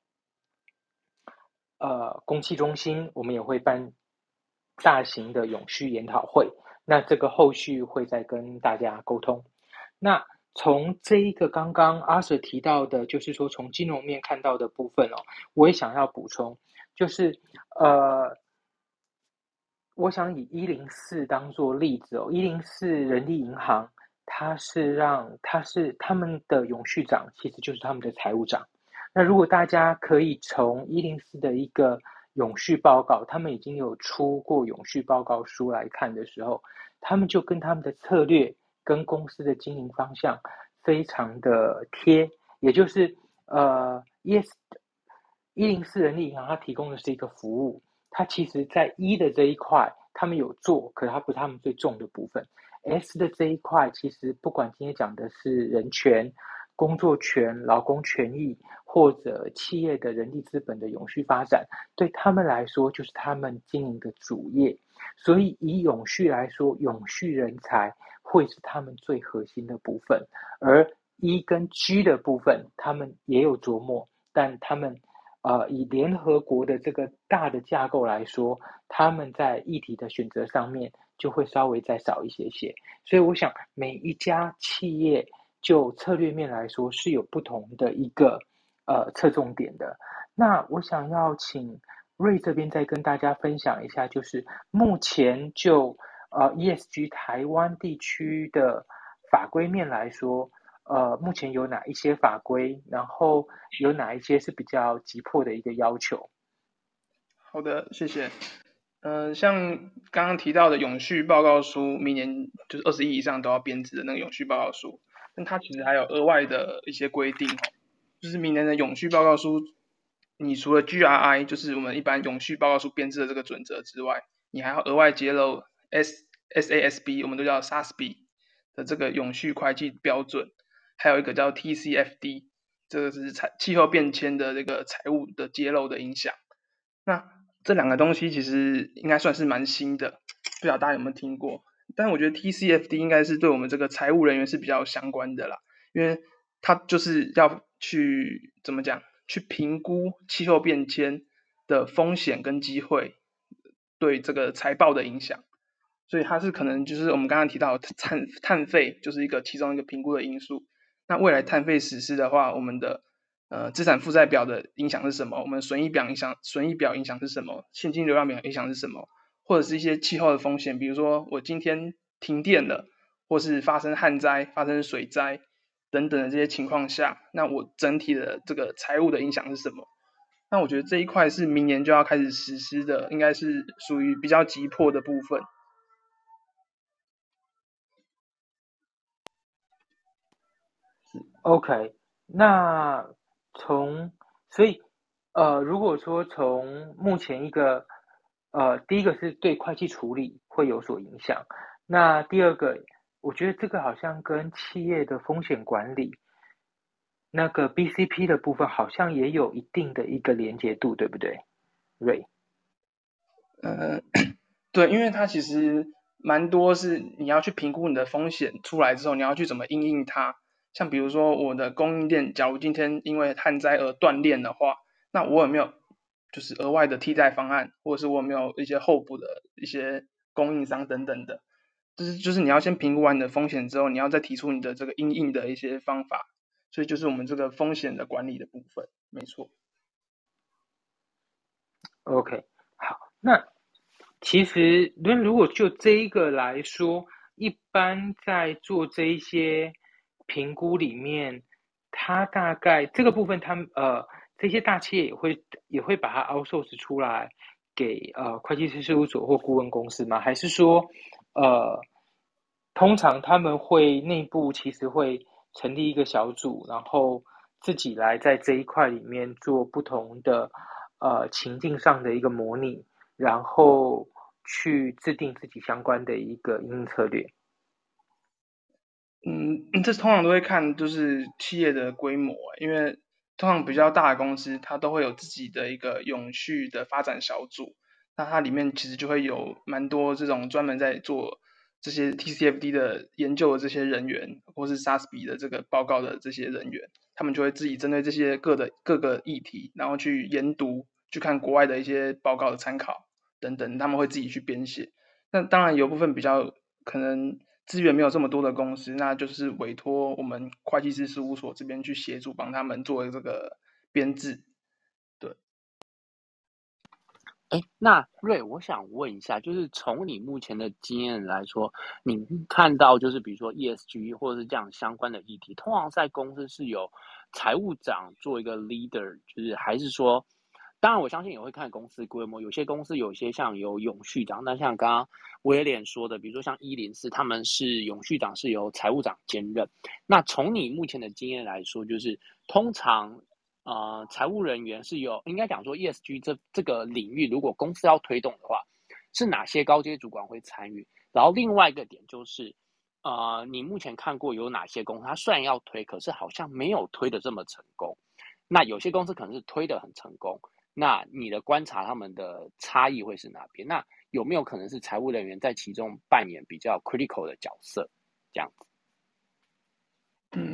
呃公器中心，我们也会办大型的永续研讨会。那这个后续会再跟大家沟通。那从这一个刚刚阿 Sir 提到的，就是说从金融面看到的部分哦，我也想要补充，就是呃。我想以一零四当做例子哦，一零四人力银行，它是让它是他们的永续长，其实就是他们的财务长。那如果大家可以从一零四的一个永续报告，他们已经有出过永续报告书来看的时候，他们就跟他们的策略跟公司的经营方向非常的贴，也就是呃，yes，一零四人力银行它提供的是一个服务。它其实在一的这一块，他们有做，可是它不是他们最重的部分。S 的这一块，其实不管今天讲的是人权、工作权、劳工权益，或者企业的人力资本的永续发展，对他们来说就是他们经营的主业。所以以永续来说，永续人才会是他们最核心的部分。而 E 跟 G 的部分，他们也有琢磨，但他们呃，以联合国的这个大的架构来说，他们在议题的选择上面就会稍微再少一些些。所以我想每一家企业就策略面来说是有不同的一个呃侧重点的。那我想要请瑞这边再跟大家分享一下，就是目前就呃 E S G 台湾地区的法规面来说，呃，目前有哪一些法规，然后有哪一些是比较急迫的一个要求？ 好的，谢谢。嗯、呃，像刚刚提到的永续报告书，明年就是二十亿以上都要编制的那个永续报告书，但它其实还有额外的一些规定哦，就是明年的永续报告书，你除了 G R I 就是我们一般永续报告书编制的这个准则之外，你还要额外揭露 S S A S B， 我们都叫 S A S B 的这个永续会计标准，还有一个叫 T C F D， 这个是财气候变迁的这个财务的揭露的影响。那这两个东西其实应该算是蛮新的，不知道大家有没有听过？但我觉得 T C F D 应该是对我们这个财务人员是比较相关的啦，因为它就是要去怎么讲，去评估气候变迁的风险跟机会对这个财报的影响，所以它是可能就是我们刚刚提到的碳碳费就是一个其中一个评估的因素。那未来碳费实施的话，我们的呃，资产负债表的影响是什么？我们损益表影响，损益表影响是什么？现金流量表影响是什么？或者是一些气候的风险，比如说我今天停电了，或是发生旱灾、发生水灾等等的这些情况下，那我整体的这个财务的影响是什么？那我觉得这一块是明年就要开始实施的，应该是属于比较急迫的部分。 OK，那从所以呃，如果说从目前一个呃，第一个是对会计处理会有所影响，那第二个，我觉得这个好像跟企业的风险管理那个 B C P 的部分好像也有一定的一个连结度，对不对？瑞， 呃，对，因为它其实蛮多是你要去评估你的风险出来之后，你要去怎么因应它。像比如说我的供应链，假如今天因为旱灾而断链的话，那我有没有就是额外的替代方案，或者是我有没有一些候补的一些供应商等等的，就是就是你要先评估完你的风险之后，你要再提出你的这个因应的一些方法，所以就是我们这个风险的管理的部分，没错。 OK，好，那其实那如果就这一个来说，一般在做这一些评估里面，它大概这个部分他们呃这些大企业也会也会把它 outsource 出来给呃会计师事务所或顾问公司吗？还是说呃通常他们会内部其实会成立一个小组，然后自己来在这一块里面做不同的呃情境上的一个模拟，然后去制定自己相关的一个应用策略。 嗯，这通常都会看就是企业的规模，因为通常比较大的公司，它都会有自己的一个永续的发展小组，那它里面其实就会有蛮多这种专门在做这些 T C F D 的研究的这些人员，或是 S A S B 的这个报告的这些人员，他们就会自己针对这些各的各个议题，然后去研读，去看国外的一些报告的参考等等，他们会自己去编写。那当然有部分比较可能资源没有这么多的公司，那就是委托我们会计师事务所这边去协助帮他们做这个编制。对。 哎，那瑞，我想问一下，就是从你目前的经验来说，你看到就是比如说 E S G 或者是这样相关的议题，通常在公司是有财务长做一个 leader，就是还是说，当然我相信也会看公司规模，有些公司有些像有永续长，那像刚刚威廉说的，比如说像一零四，他们是永续长是由财务长兼任。那从你目前的经验来说，就是通常。呃，财务人员是有应该讲说 E S G 这这个领域，如果公司要推动的话，是哪些高阶主管会参与？然后另外一个点就是，呃，你目前看过有哪些公司，它虽然要推，可是好像没有推的这么成功。那有些公司可能是推的很成功，那你的观察他们的差异会是哪边？那有没有可能是财务人员在其中扮演比较 critical 的角色？这样子。 嗯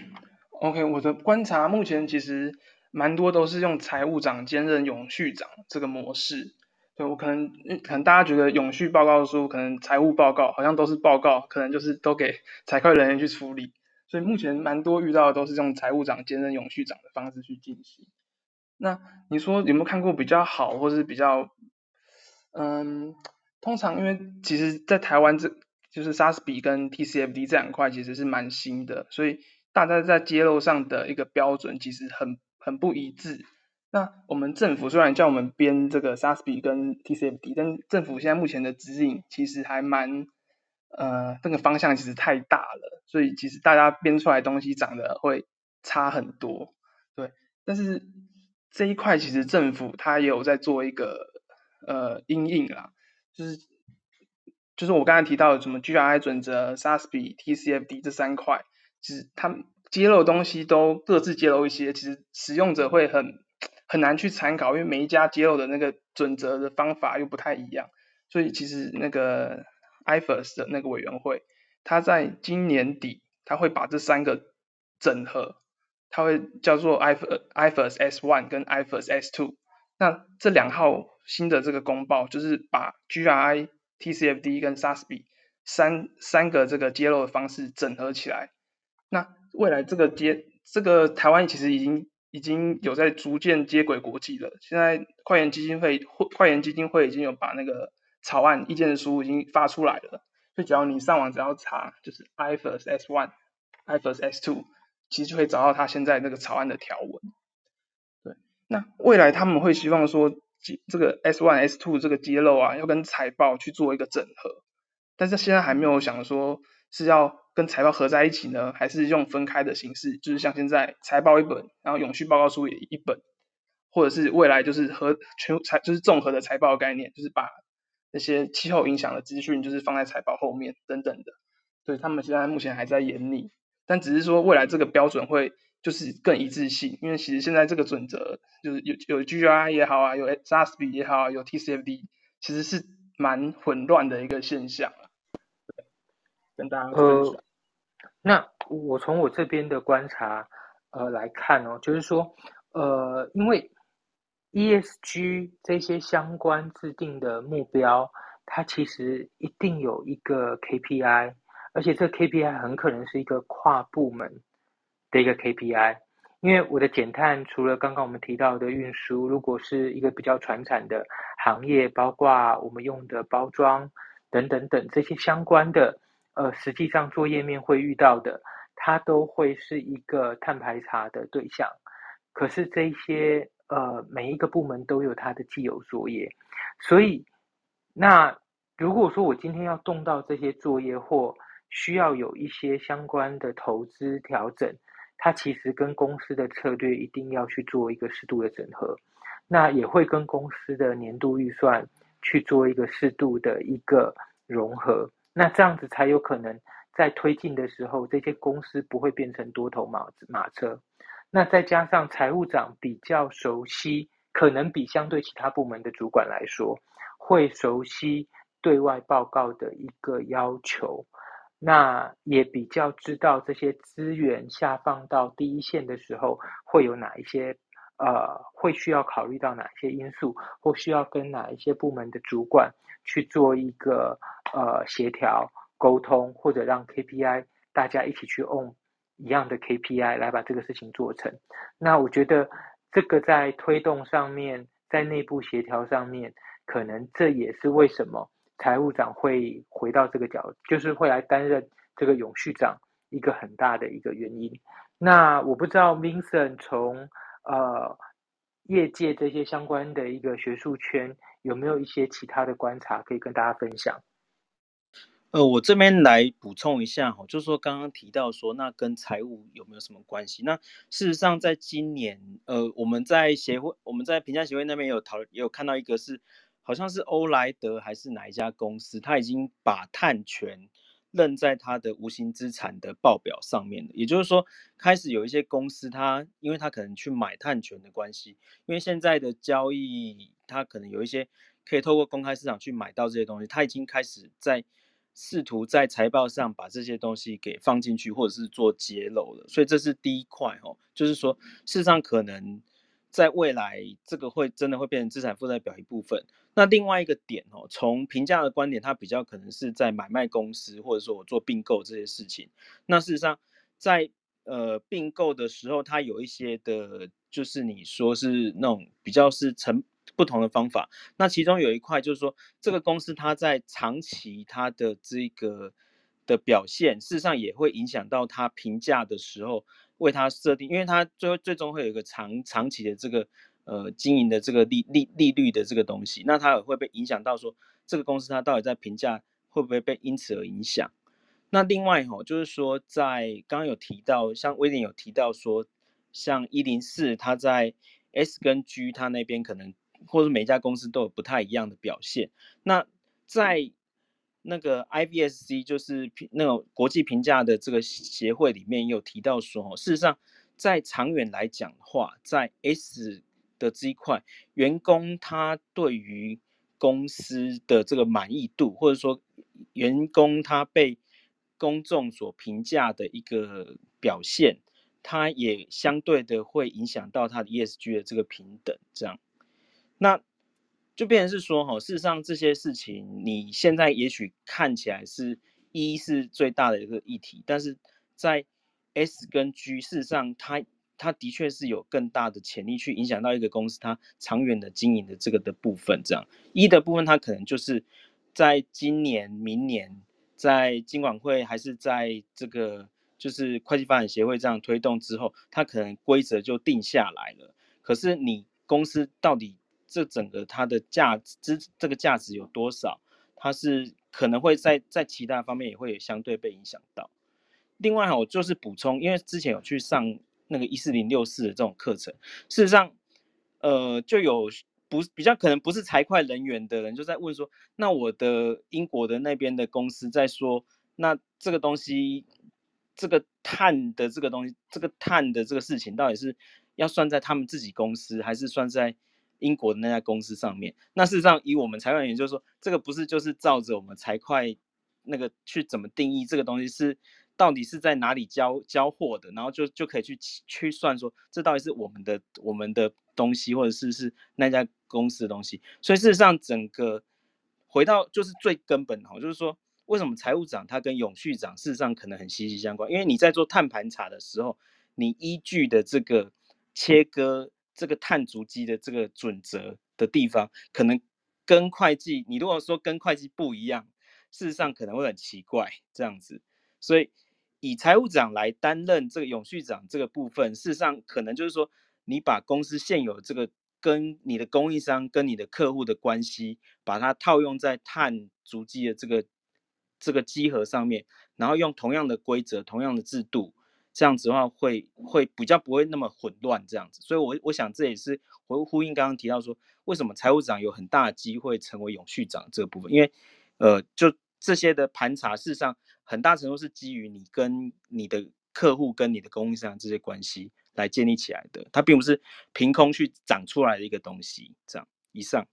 ，OK，我的观察目前其实蛮多都是用财务长兼任永续长这个模式。对，我可能可能大家觉得永续报告书可能财务报告好像都是报告，可能就是都给财会人员去处理，所以目前蛮多遇到的都是用财务长兼任永续长的方式去进行。那你说有没有看过比较好，或是比较，嗯，通常因为其实，在台湾这就是 S A S B 跟 T C F D 这两块其实是蛮新的，所以大家在揭露上的一个标准其实很很不一致。那我们政府虽然叫我们编这个 S A S B 跟 T C F D，但政府现在目前的指引其实还蛮，呃，这个方向其实太大了，所以其实大家编出来的东西长得会差很多。对，但是这一块其实政府它也有在做一个呃因应啦，就是就是我刚才提到的什么 G R I 准则、S A S B、T C F D 这三块，其实他们揭露的东西都各自揭露一些，其实使用者会很很难去参考，因为每一家揭露的那个准则的方法又不太一样，所以其实那个 I F R S 的那个委员会，他在今年底他会把这三个整合，它会叫做 I F R S S 一 跟 I F R S S 二。那这两号新的这个公报，就是把 G R I、T C F D 跟 S A S B 三三个这个揭露的方式整合起来。那未来这个接这个台湾其实已经已经有在逐渐接轨国际了。现在快研基金会快研基金会已经有把那个草案意见书已经发出来了，所以只要你上网只要查就是 I F R S S 一、I F R S S 二，其实就会找到他现在那个草案的条文。对，那未来他们会希望说这个 S 一、S 二 这个揭露啊，要跟财报去做一个整合，但是现在还没有想说是要跟财报合在一起呢，还是用分开的形式，就是像现在财报一本，然后永续报告书也一本，或者是未来就是合全财就是综合的财报概念，就是把那些气候影响的资讯就是放在财报后面等等的。所以他们现在目前还在研拟，但只是说未来这个标准会就是更一致性，因为其实现在这个准则就是有有 G R I 也好啊，有 S A S B 也好啊，有 T C F D， 其实是蛮混乱的一个现象。跟大家分享。 呃，那我从我这边的观察，呃来看哦，就是说，呃，因为 E S G 这些相关制定的目标，它其实一定有一个 K P I，而且这个 K P I 很可能是一个跨部门的一个 K P I。因为我的减碳，除了刚刚我们提到的运输，如果是一个比较传产的行业，包括我们用的包装等等等这些相关的，呃，实际上作业面会遇到的，它都会是一个碳排查的对象。可是这些呃每一个部门都有它的既有作业，所以那如果说我今天要动到这些作业或需要有一些相关的投资调整，它其实跟公司的策略一定要去做一个适度的整合，那也会跟公司的年度预算去做一个适度的一个融合，那这样子才有可能在推进的时候，这些公司不会变成多头马马车。那再加上财务长比较熟悉，可能比相对其他部门的主管来说，会熟悉对外报告的一个要求，那也比较知道这些资源下放到第一线的时候会有哪一些呃，会需要考虑到哪一些因素，或需要跟哪一些部门的主管去做一个呃协调沟通，或者让 K P I 大家一起去 on 一样的 K P I 来把这个事情做成。那我觉得这个在推动上面，在内部协调上面，可能这也是为什么财务长会回到这个角，就是会来担任这个永续长一个很大的一个原因。那我不知道 Vincent 从呃业界这些相关的一个学术圈有没有一些其他的观察可以跟大家分享？ 呃，我这边来补充一下哈，就是说刚刚提到说，那跟财务有没有什么关系？那事实上，在今年，呃，我们在协会，我们在评价协会那边也有讨，也有看到一个是，好像是欧莱德还是哪一家公司，他已经把碳权认在他的无形资产的报表上面了。也就是说，开始有一些公司它，因为它可能去买碳权的关系，因为现在的交易，它可能有一些可以透过公开市场去买到这些东西，它已经开始在试图在财报上把这些东西给放进去，或者是做揭露了。所以这是第一块哦，就是说事实上可能在未来这个会真的会变成资产负债表一部分。那另外一个点哦，从评价的观点，它比较可能是在买卖公司，或者说我做并购这些事情。那事实上在呃并购的时候，它有一些的，就是你说是那种比较是成不同的方法。那其中有一块就是说，这个公司它在长期它的这个的表现，事实上也会影响到它评价的时候为它设定，因为它最后最终会有一个长长期的这个呃经营的这个利利利率的这个东西，那它也会被影响到说这个公司它到底在评价会不会被因此而影响。那另外哈、哦，就是说在刚刚有提到，像威廉有提到说，像一零四它在 S 跟 G 它那边可能或者每一家公司都有不太一样的表现。那在那个 I V S C 就是那种国际评价的这个协会里面也有提到说，事实上在长远来讲的话，在 S 的这一块，员工他对于公司的这个满意度，或者说员工他被公众所评价的一个表现，它也相对的会影响到它的 E S G 的这个平等，这样，那就变成是说，哈，事实上这些事情，你现在也许看起来是一是最大的一个议题，但是在 S 跟 G， 事实上它它的确是有更大的潜力去影响到一个公司它长远的经营的这个的部分，这样一的部分它可能就是在今年、明年。在金管会还是在这个就是会计发展协会这样推动之后，它可能规则就定下来了。可是你公司到底这整个它的价值这个价值有多少，它是可能会在在其他方面也会相对被影响到。另外我就是补充，因为之前有去上那个一四零六四的这种课程，事实上，呃，就有不比较可能不是财会人员的人就在问说，那我的英国的那边的公司在说，那这个东西，这个碳的这个东西，这个碳的这个事情，到底是要算在他们自己公司，还是算在英国的那家公司上面？那事实上，以我们财会人员就是说，这个不是就是照着我们财会那个去怎么定义这个东西是到底是在哪里交交货的，然后就就可以去去算说这到底是我们的我们的东西，或者是是那家公司的东西。所以事实上，整个回到就是最根本的，就是说为什么财务长他跟永续长事实上可能很息息相关，因为你在做碳盘查的时候，你依据的这个切割这个碳足迹的这个准则的地方，可能跟会计你如果说跟会计不一样，事实上可能会很奇怪这样子。所以以财务长来担任这个永续长这个部分，事实上可能就是说，你把公司现有这个跟你的供应商、跟你的客户的关系，把它套用在碳足迹的这个这个稽核上面，然后用同样的规则、同样的制度，这样子的话会会比较不会那么混乱这样子。所以我我想这也是我呼应刚刚提到说，为什么财务长有很大的机会成为永续长这个部分，因为呃就这些的盘查，事实上很大程度是基于你跟你的客户跟你的供应商这些关系来建立起来的，它并不是凭空去长出来的一个东西。这样，以上。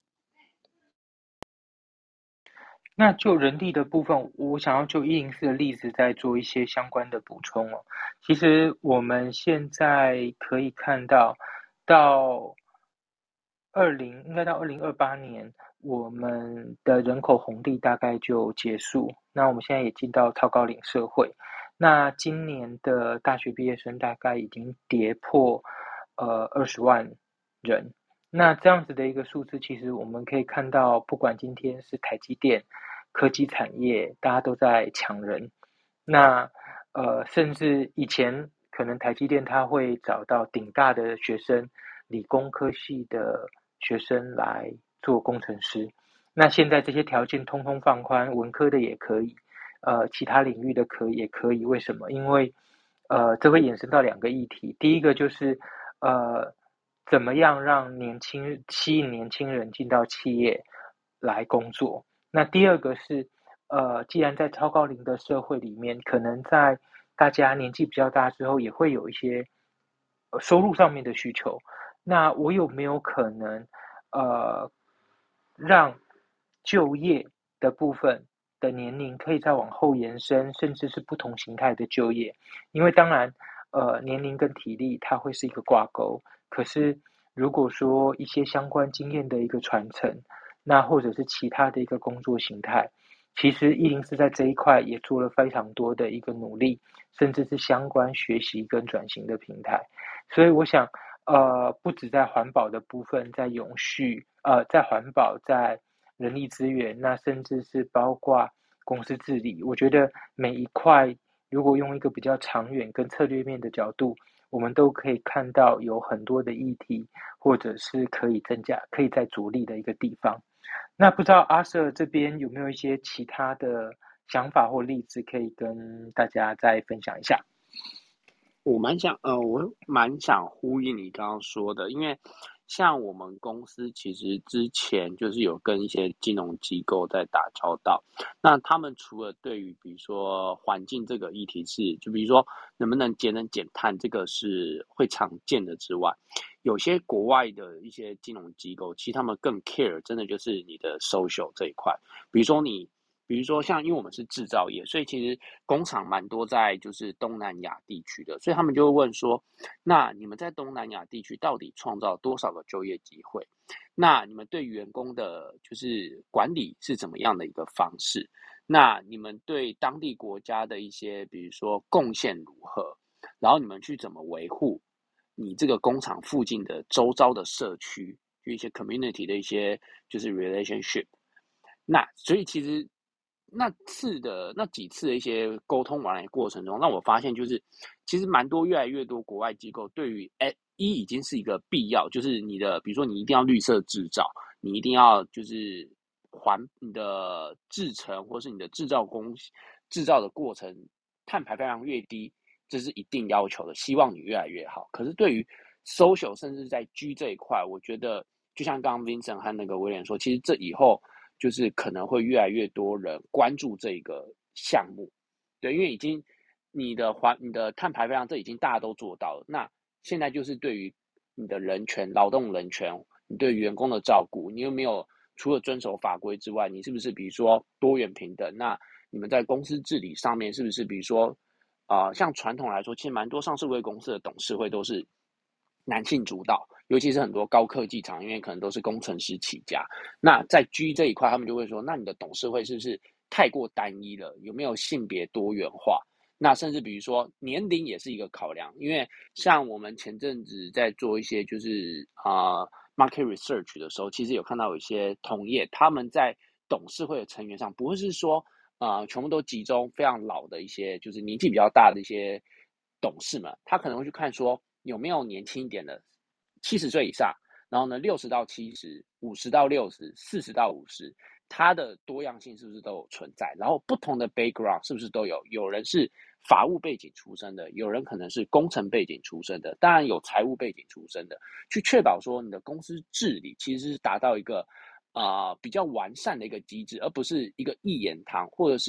那就人力的部分，我想要就一零四的例子再做一些相关的补充哦。其实我们现在可以看到，到二零应该到二零二八年，我们的人口红利大概就结束。那我们现在也进到超高龄社会。那今年的大学毕业生大概已经跌破呃二十万人。那这样子的一个数字，其实我们可以看到，不管今天是台积电、科技产业，大家都在抢人。那呃，甚至以前可能台积电它会找到顶大的学生，理工科系的学生来做工程师。那现在这些条件通通放宽，文科的也可以，呃，其他领域的可以也可以。为什么？因为呃，这会衍生到两个议题。第一个就是呃，怎么样让年轻吸引年轻人进到企业来工作？那第二个是呃，既然在超高龄的社会里面，可能在大家年纪比较大之后，也会有一些呃收入上面的需求。那我有没有可能呃，让就业的部分的年龄可以再往后延伸，甚至是不同形态的就业？因为当然，呃，年龄跟体力它会是一个挂钩，可是如果说一些相关经验的一个传承，那或者是其他的一个工作形态，其实一零四在这一块也做了非常多的一个努力，甚至是相关学习跟转型的平台。所以我想，呃，不止在环保的部分，在永续，呃，在环保，在人力资源，那甚至是包括公司治理，我觉得每一块，如果用一个比较长远跟策略面的角度，我们都可以看到有很多的议题，或者是可以增加、可以再着力的一个地方。那不知道阿 Sir 这边有没有一些其他的想法或例子可以跟大家再分享一下？ 我蛮想，呃，我蛮想呼应你刚刚说的，因为像我们公司其实之前就是有跟一些金融机构在打交道，那他们除了对于比如说环境这个议题是，就比如说能不能节能减碳这个是会常见的之外，有些国外的一些金融机构，其实他们更 care 真的就是你的 social 这一块，比如说你。比如说像，因为我们是制造业，所以其实工厂蛮多在就是东南亚地区的，所以他们就会问说，那你们在东南亚地区到底创造多少个就业机会？那你们对员工的就是管理是怎么样的一个方式？那你们对当地国家的一些比如说贡献如何？然后你们去怎么维护你这个工厂附近的周遭的社区，就一些 community 的一些就是 relationship。那所以其实那次的那几次的一些沟通完的过程中，让我发现就是，其实蛮多越来越多国外机构对于哎一已经是一个必要，就是你的比如说你一定要绿色制造，你一定要就是环你的制成或是你的制造工制造的过程碳排放量越低，这是一定要求的，希望你越来越好。可是对于 social 甚至在 G 这一块，我觉得就像刚刚 Vincent 和那个威廉说，其实这以后。就是可能会越来越多人关注这个项目，对，因为已经你的环、你的碳排放量，这已经大家都做到了。那现在就是对于你的人权、劳动人权，你对员工的照顾，你有没有除了遵守法规之外，你是不是比如说多元平等？那你们在公司治理上面是不是比如说啊、呃，像传统来说，其实蛮多上市贵公司的董事会都是男性主导，尤其是很多高科技厂，因为可能都是工程师起家。那在 G 这一块，他们就会说，那你的董事会是不是太过单一了？有没有性别多元化？那甚至比如说年龄也是一个考量，因为像我们前阵子在做一些就是啊、呃、market research 的时候，其实有看到有一些同业他们在董事会的成员上，不会是说啊、呃、全部都集中非常老的一些就是年纪比较大的一些董事们，他可能会去看说有没有年轻一点的七十岁以上。然后呢，六十到七十，五十到六十，四十到五十，它的多样性是不是都有存在？然后不同的 background 是不是都有？有人是法务背景出身的，有人可能是工程背景出身的，当然有财务背景出身的，去确保说你的公司治理其实是达到一个啊、呃、比较完善的一个机制，而不是一个一言堂，或者是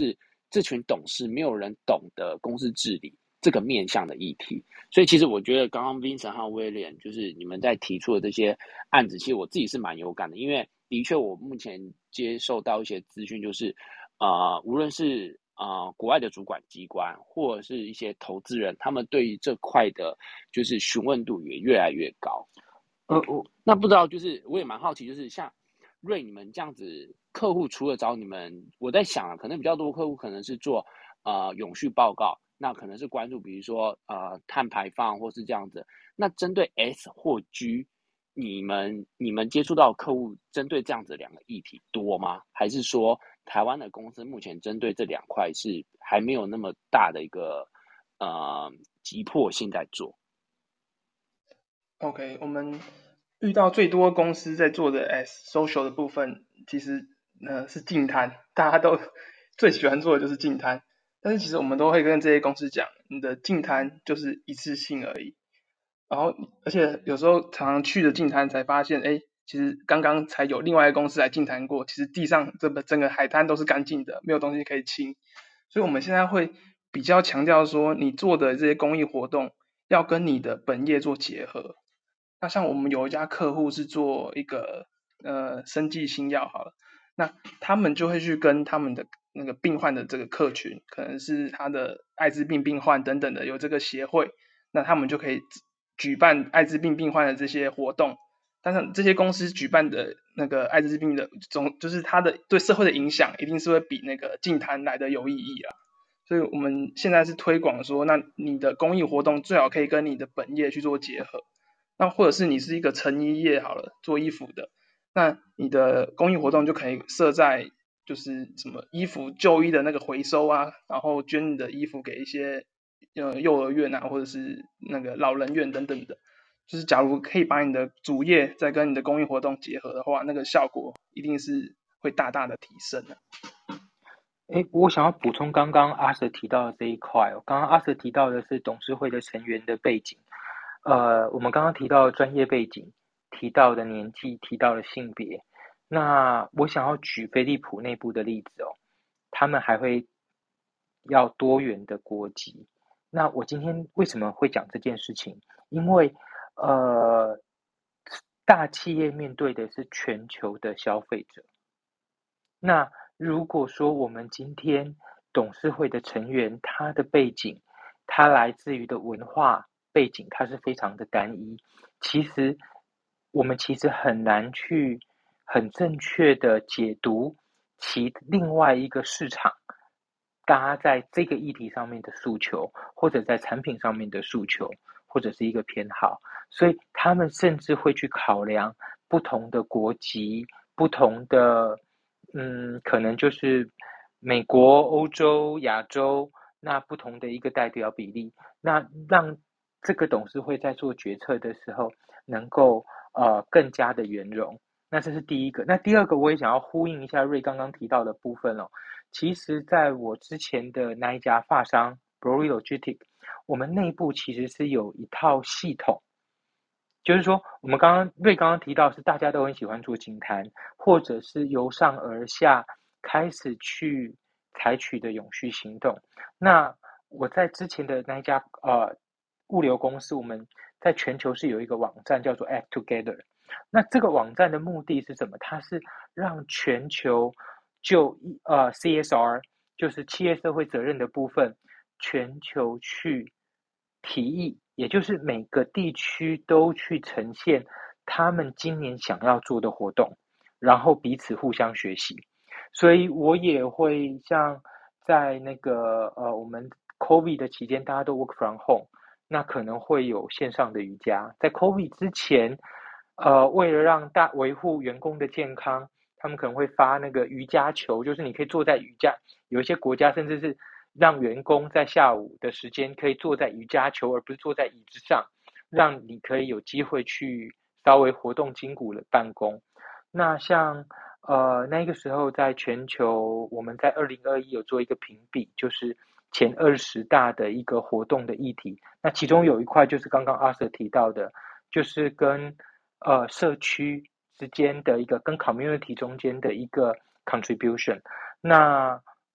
这群董事没有人懂得公司治理这个面向的议题。所以其实我觉得刚刚 Vincent 和 William 就是你们在提出的这些案子，其实我自己是蛮有感的，因为的确我目前接受到一些资讯，就是呃，无论是呃国外的主管机关或者是一些投资人，他们对于这块的就是询问度也越来越高。呃，我那不知道，就是我也蛮好奇，就是像瑞你们这样子，客户除了找你们，我在想啊，可能比较多客户可能是做呃永续报告，那可能是关注比如说呃碳排放或是这样子。那针对 S 或 G，你们你们接触到的客户针对这样子两个议题多吗？还是说台湾的公司目前针对这两块是还没有那么大的一个呃急迫性在做？ OK，我们遇到最多公司在做的 S social 的部分，其实呃是净滩，大家都最喜欢做的就是净滩。但是其实我们都会跟这些公司讲，你的净滩就是一次性而已。然后而且有时候常常去的净滩才发现，哎，其实刚刚才有另外一个公司来净滩过，其实地上这个整个海滩都是干净的，没有东西可以清。所以我们现在会比较强调说，你做的这些公益活动要跟你的本业做结合。那像我们有一家客户是做一个呃生技新药好了，那他们就会去跟他们的那个病患的这个客群，可能是他的艾滋病病患等等的有这个协会，那他们就可以举办艾滋病病患的这些活动。但是这些公司举办的那个艾滋病的总就是它的对社会的影响，一定是会比那个净滩来的有意义啊。所以我们现在是推广说，那你的公益活动最好可以跟你的本业去做结合。那或者是你是一个成衣业好了，做衣服的，那你的公益活动就可以设在就是什么衣服旧衣的那个回收啊，然后捐你的衣服给一些呃幼儿园啊，或者是那个老人院等等的。就是假如可以把你的主业再跟你的公益活动结合的话，那个效果一定是会大大的提升的。 诶，我想要补充刚刚阿 Sir 提到的这一块哦。刚刚阿 Sir 提到的是董事会的成员的背景，呃，我们刚刚提到的专业背景，提到的年纪，提到的性别。那我想要举飞利浦内部的例子哦，他们还会要多元的国籍。那我今天为什么会讲这件事情？因为呃，大企业面对的是全球的消费者。那如果说我们今天董事会的成员，他的背景，他来自于的文化背景，他是非常的单一，其实我们其实很难去很正确的解读其另外一个市场，大家在这个议题上面的诉求，或者在产品上面的诉求，或者是一个偏好，所以他们甚至会去考量不同的国籍，不同的嗯，可能就是美国、欧洲、亚洲，那不同的一个代表比例，那让这个董事会在做决策的时候，能够呃更加的圆融。那这是第一个。那第二个，我也想要呼应一下瑞刚刚提到的部分哦。其实，在我之前的那一家发商 Brory Logistics，我们内部其实是有一套系统。就是说，我们刚刚瑞刚刚提到是大家都很喜欢做净滩，或者是由上而下开始去采取的永续行动。那我在之前的那一家呃物流公司，我们在全球是有一个网站叫做 Act Together。那这个网站的目的是什么？它是让全球就呃 C S R， 就是企业社会责任的部分，全球去提议，也就是每个地区都去呈现他们今年想要做的活动，然后彼此互相学习。所以我也会像在那个呃我们 COVID 的期间，大家都 work from home，那可能会有线上的瑜伽。在 COVID 之前，呃，为了让大维护员工的健康，他们可能会发那个瑜伽球，就是你可以坐在瑜伽，有一些国家甚至是让员工在下午的时间可以坐在瑜伽球，而不是坐在椅子上，让你可以有机会去稍微活动筋骨的办公。那像呃那个时候在全球，我们在二零二一有做一个评比，就是前二十大的一个活动的议题。那其中有一块就是刚刚阿 Sir 提到的，就是跟呃社区之间的一个跟 community 中间的一个 contribution。那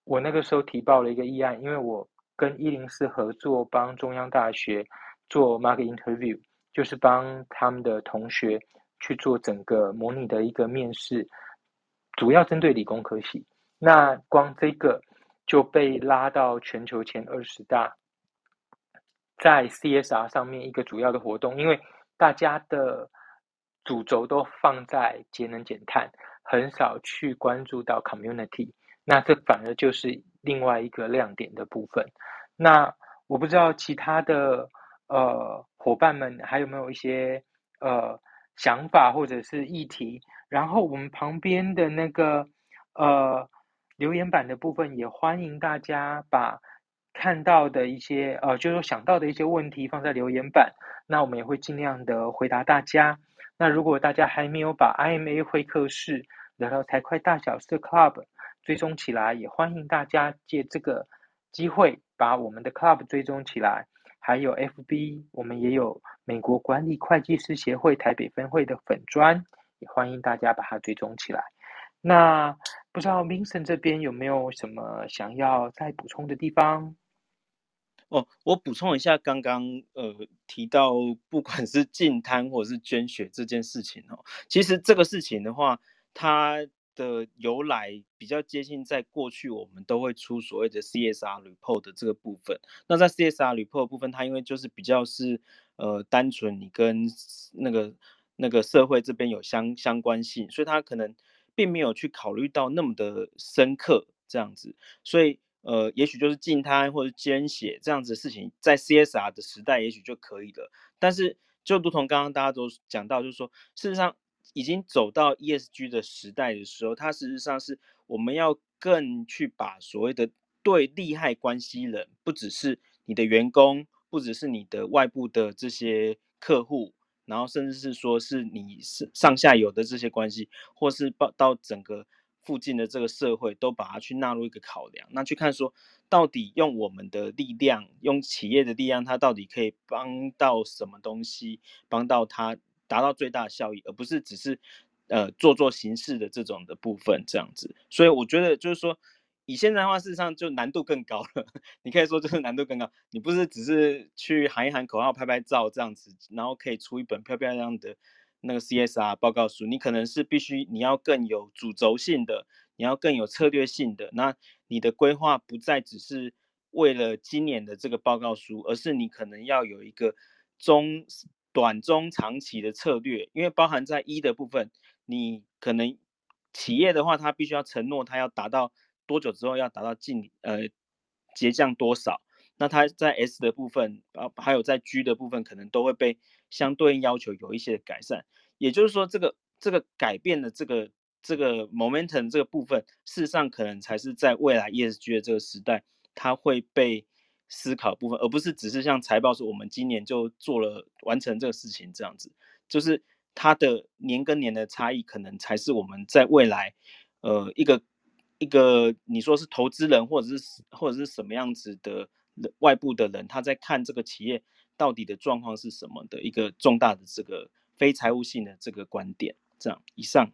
我那个时候提报了一个议案，因为我跟一零四合作，帮中央大学做 market interview，就是帮他们的同学去做整个模拟的一个面试，主要针对理工科系。那光这个就被拉到全球前二十大，在 C S R 上面一个主要的活动，因为大家的主轴都放在节能减碳，很少去关注到 community， 那这反而就是另外一个亮点的部分。那我不知道其他的呃伙伴们还有没有一些呃想法或者是议题，然后我们旁边的那个呃留言板的部分也欢迎大家把看到的一些呃，就是说想到的一些问题放在留言板，那我们也会尽量的回答大家。那如果大家还没有把 I M A 会客室聊聊财会大小事 Club 追踪起来，也欢迎大家借这个机会把我们的 Club 追踪起来。还有 F B， 我们也有美国管理会计师协会台北分会的粉专，也欢迎大家把它追踪起来。那不知道 Vincent 这边有没有什么想要再补充的地方？ 哦，我补充一下，刚刚呃提到不管是净滩或者是捐血这件事情哦，其实这个事情的话，它的由来比较接近在过去我们都会出所谓的 C S R report 的这个部分。那在 C S R report 的部分，它因为就是比较是呃单纯你跟那个那个社会这边有相相关性，所以它可能并没有去考虑到那么的深刻这样子，所以。呃，也许就是净滩或者捐血这样子的事情，在 C S R 的时代也许就可以了。但是就如同刚刚大家都讲到，就是说，事实上已经走到 E S G 的时代的时候，它事实上是我们要更去把所谓的对利害关系人，不只是你的员工，不只是你的外部的这些客户，然后甚至是说是你上下游的这些关系，或是到整个附近的这个社会都把它去纳入一个考量，那去看说到底用我们的力量，用企业的力量，它到底可以帮到什么东西，帮到它达到最大的效益，而不是只是呃做做形式的这种的部分这样子。所以我觉得就是说，以现在的话，事实上就难度更高了。你可以说就是难度更高，你不是只是去喊一喊口号、拍拍照这样子，然后可以出一本漂漂亮亮的那个 C S R 报告书，你可能是必须你要更有主轴性的，你要更有策略性的。那你的规划不再只是为了今年的这个报告书，而是你可能要有一个中、短、中、长期的策略，因为包含在一的部分，你可能企业的话，它必须要承诺它要达到多久之后要达到净呃节降多少。那它在 S 的部分，还有在 G 的部分，可能都会被相对应要求有一些改善。也就是说，这个这个改变的这个这个 momentum 这个部分，事实上可能才是在未来 E S G 的这个时代，它会被思考部分，而不是只是像财报说我们今年就做了完成这个事情这样子，就是它的年跟年的差异，可能才是我们在未来呃一个一个你说是投资人或者是或者是什么样子的外部的人，他在看这个企业到底的状况是什么的一个重大的这个非财务性的这个观点。这样，以上。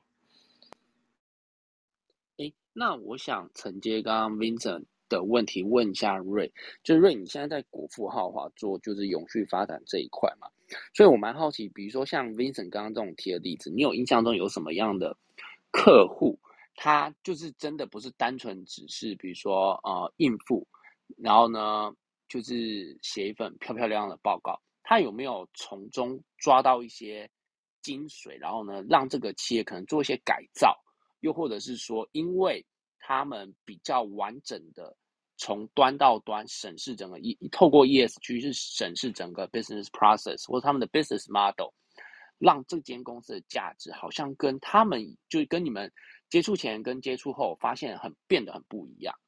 诶，那我想承接刚刚 Vincent 的问题问一下瑞，就是瑞，你现在在国富浩华做就是永续发展这一块嘛，所以我蛮好奇，比如说像 Vincent 刚刚这种提的例子，你有印象中有什么样的客户，他就是真的不是单纯只是比如说呃应付，然后呢就是写一份漂漂亮亮的报告，他有没有从中抓到一些精髓，然后呢让这个企业可能做一些改造？又或者是说，因为他们比较完整的从端到端审视整个 E， 透过 E S G 是审视整个 business process 或者他们的 business model， 让这间公司的价值好像跟他们就跟你们接触前跟接触后发现很变得很不一样。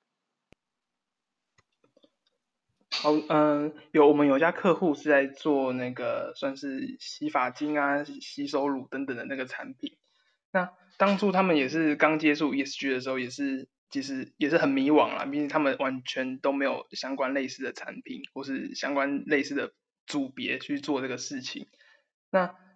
好，嗯，有我们有家客户是在做那个算是洗发精啊、洗手乳等等的那个产品。那当初他们也是刚接触 E S G 的时候，也是其实也是很迷惘啦，毕竟他们完全都没有相关类似的产品或是相关类似的组别去做这个事情。那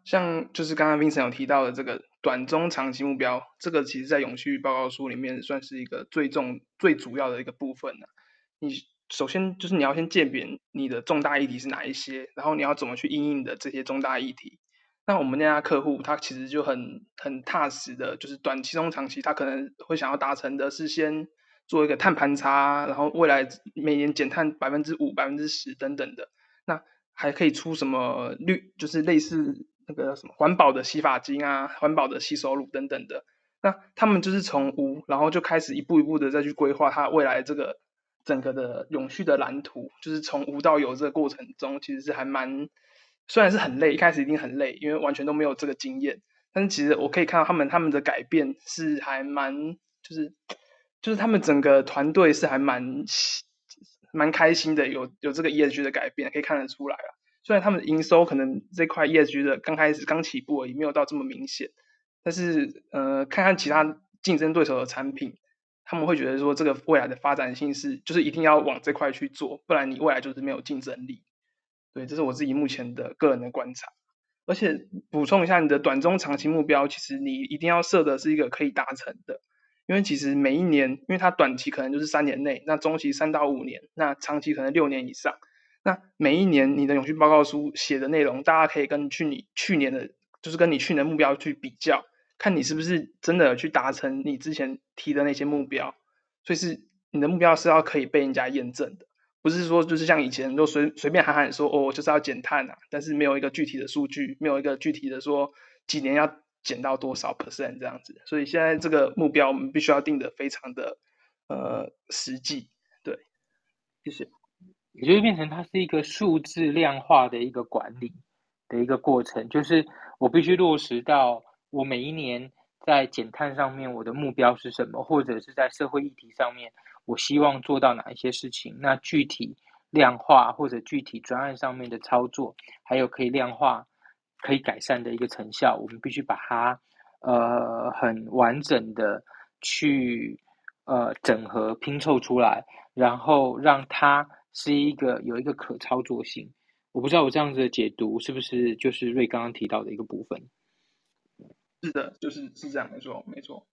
像就是刚刚 Vincent 有提到的这个短中长期目标，这个其实在永续报告书里面算是一个最重最主要的一个部分了。你首先就是你要先鉴别你的重大议题是哪一些，然后你要怎么去因应的这些重大议题。那我们那家客户他其实就很很踏实的，就是短期中长期他可能会想要达成的是先做一个碳盘查，然后未来每年减碳百分之五、百分之十等等的。那还可以出什么绿，就是类似那个什么环保的洗发精啊、环保的洗手乳等等的。那他们就是从无，然后就开始一步一步的再去规划他未来这个整个的永续的蓝图，就是从无到有这个过程中，其实是还蛮，虽然是很累，一开始一定很累，因为完全都没有这个经验，但是其实我可以看到他们他们的改变是还蛮，就是就是他们整个团队是还蛮蛮开心的，有有这个 E S G 的改变，可以看得出来啊。虽然他们营收可能这块 E S G 的刚开始刚起步而已，没有到这么明显，但是呃，看看其他竞争对手的产品，他们会觉得说这个未来的发展性是，就是一定要往这块去做，不然你未来就是没有竞争力。对，这是我自己目前的个人的观察。而且补充一下，你的短中长期目标，其实你一定要设的是一个可以达成的，因为其实每一年，因为它短期可能就是三年内，那中期三到五年，那长期可能六年以上。那每一年你的永续报告书写的内容，大家可以跟去你去年的，就是跟你去年的目标去比较，看你是不是真的去达成你之前提的那些目标。所以是你的目标是要可以被人家验证的，不是说就是像以前都随随便喊喊说哦就是要减碳啊，但是没有一个具体的数据，没有一个具体的说几年要减到多少 percent 这样子。所以现在这个目标我们必须要定得非常的呃实际。对，谢谢。 也就是变成它是一个数字量化的一个管理的一个过程，就是我必须落实到我每一年在减碳上面我的目标是什么，或者是在社会议题上面我希望做到哪一些事情，那具体量化或者具体专案上面的操作，还有可以量化可以改善的一个成效，我们必须把它呃很完整的去呃整合拼凑出来，然后让它是一个有一个可操作性。我不知道我这样子的解读是不是就是瑞刚刚提到的一个部分。 是的，就是是这样，没错，没错。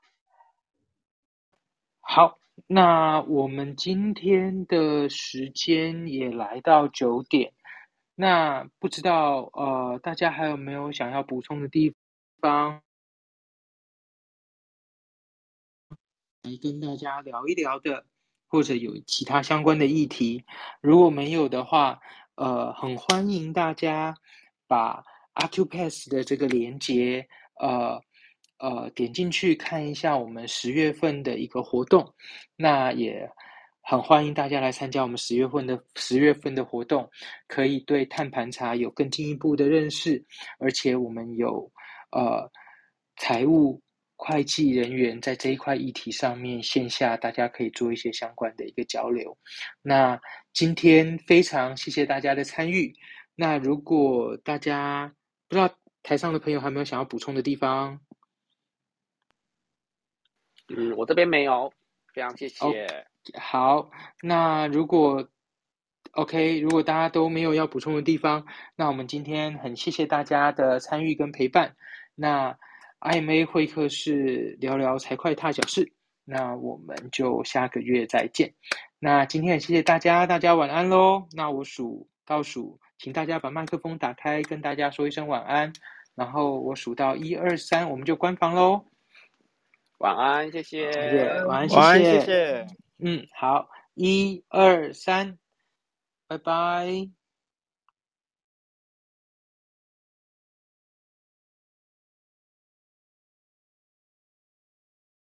好，那我们今天的时间也来到九点，那不知道呃大家还有没有想要补充的地方，来跟大家聊一聊的，或者有其他相关的议题。如果没有的话，呃，很欢迎大家把 Acupass 的这个连接，呃呃点进去看一下我们十月份的一个活动。那也很欢迎大家来参加我们十月份的十月份的活动，可以对碳盘查有更进一步的认识，而且我们有呃财务会计人员在这一块议题上面线下大家可以做一些相关的一个交流。那今天非常谢谢大家的参与。那如果大家不知道台上的朋友还有没有想要补充的地方？ 嗯，我这边没有，非常谢谢。 哦，好，那如果 OK，如果大家都没有要补充的地方，那我们今天很谢谢大家的参与跟陪伴。那 I M A 会客室聊聊财会大小事，那我们就下个月再见。那今天很谢谢大家，大家晚安喽。那我数倒数，请大家把麦克风打开，跟大家说一声晚安。然后我数到一二三，我们就关房喽。 晚安，谢谢。 耶，晚安，谢晚安， 谢。 谢谢。 嗯，好，一二三，拜拜。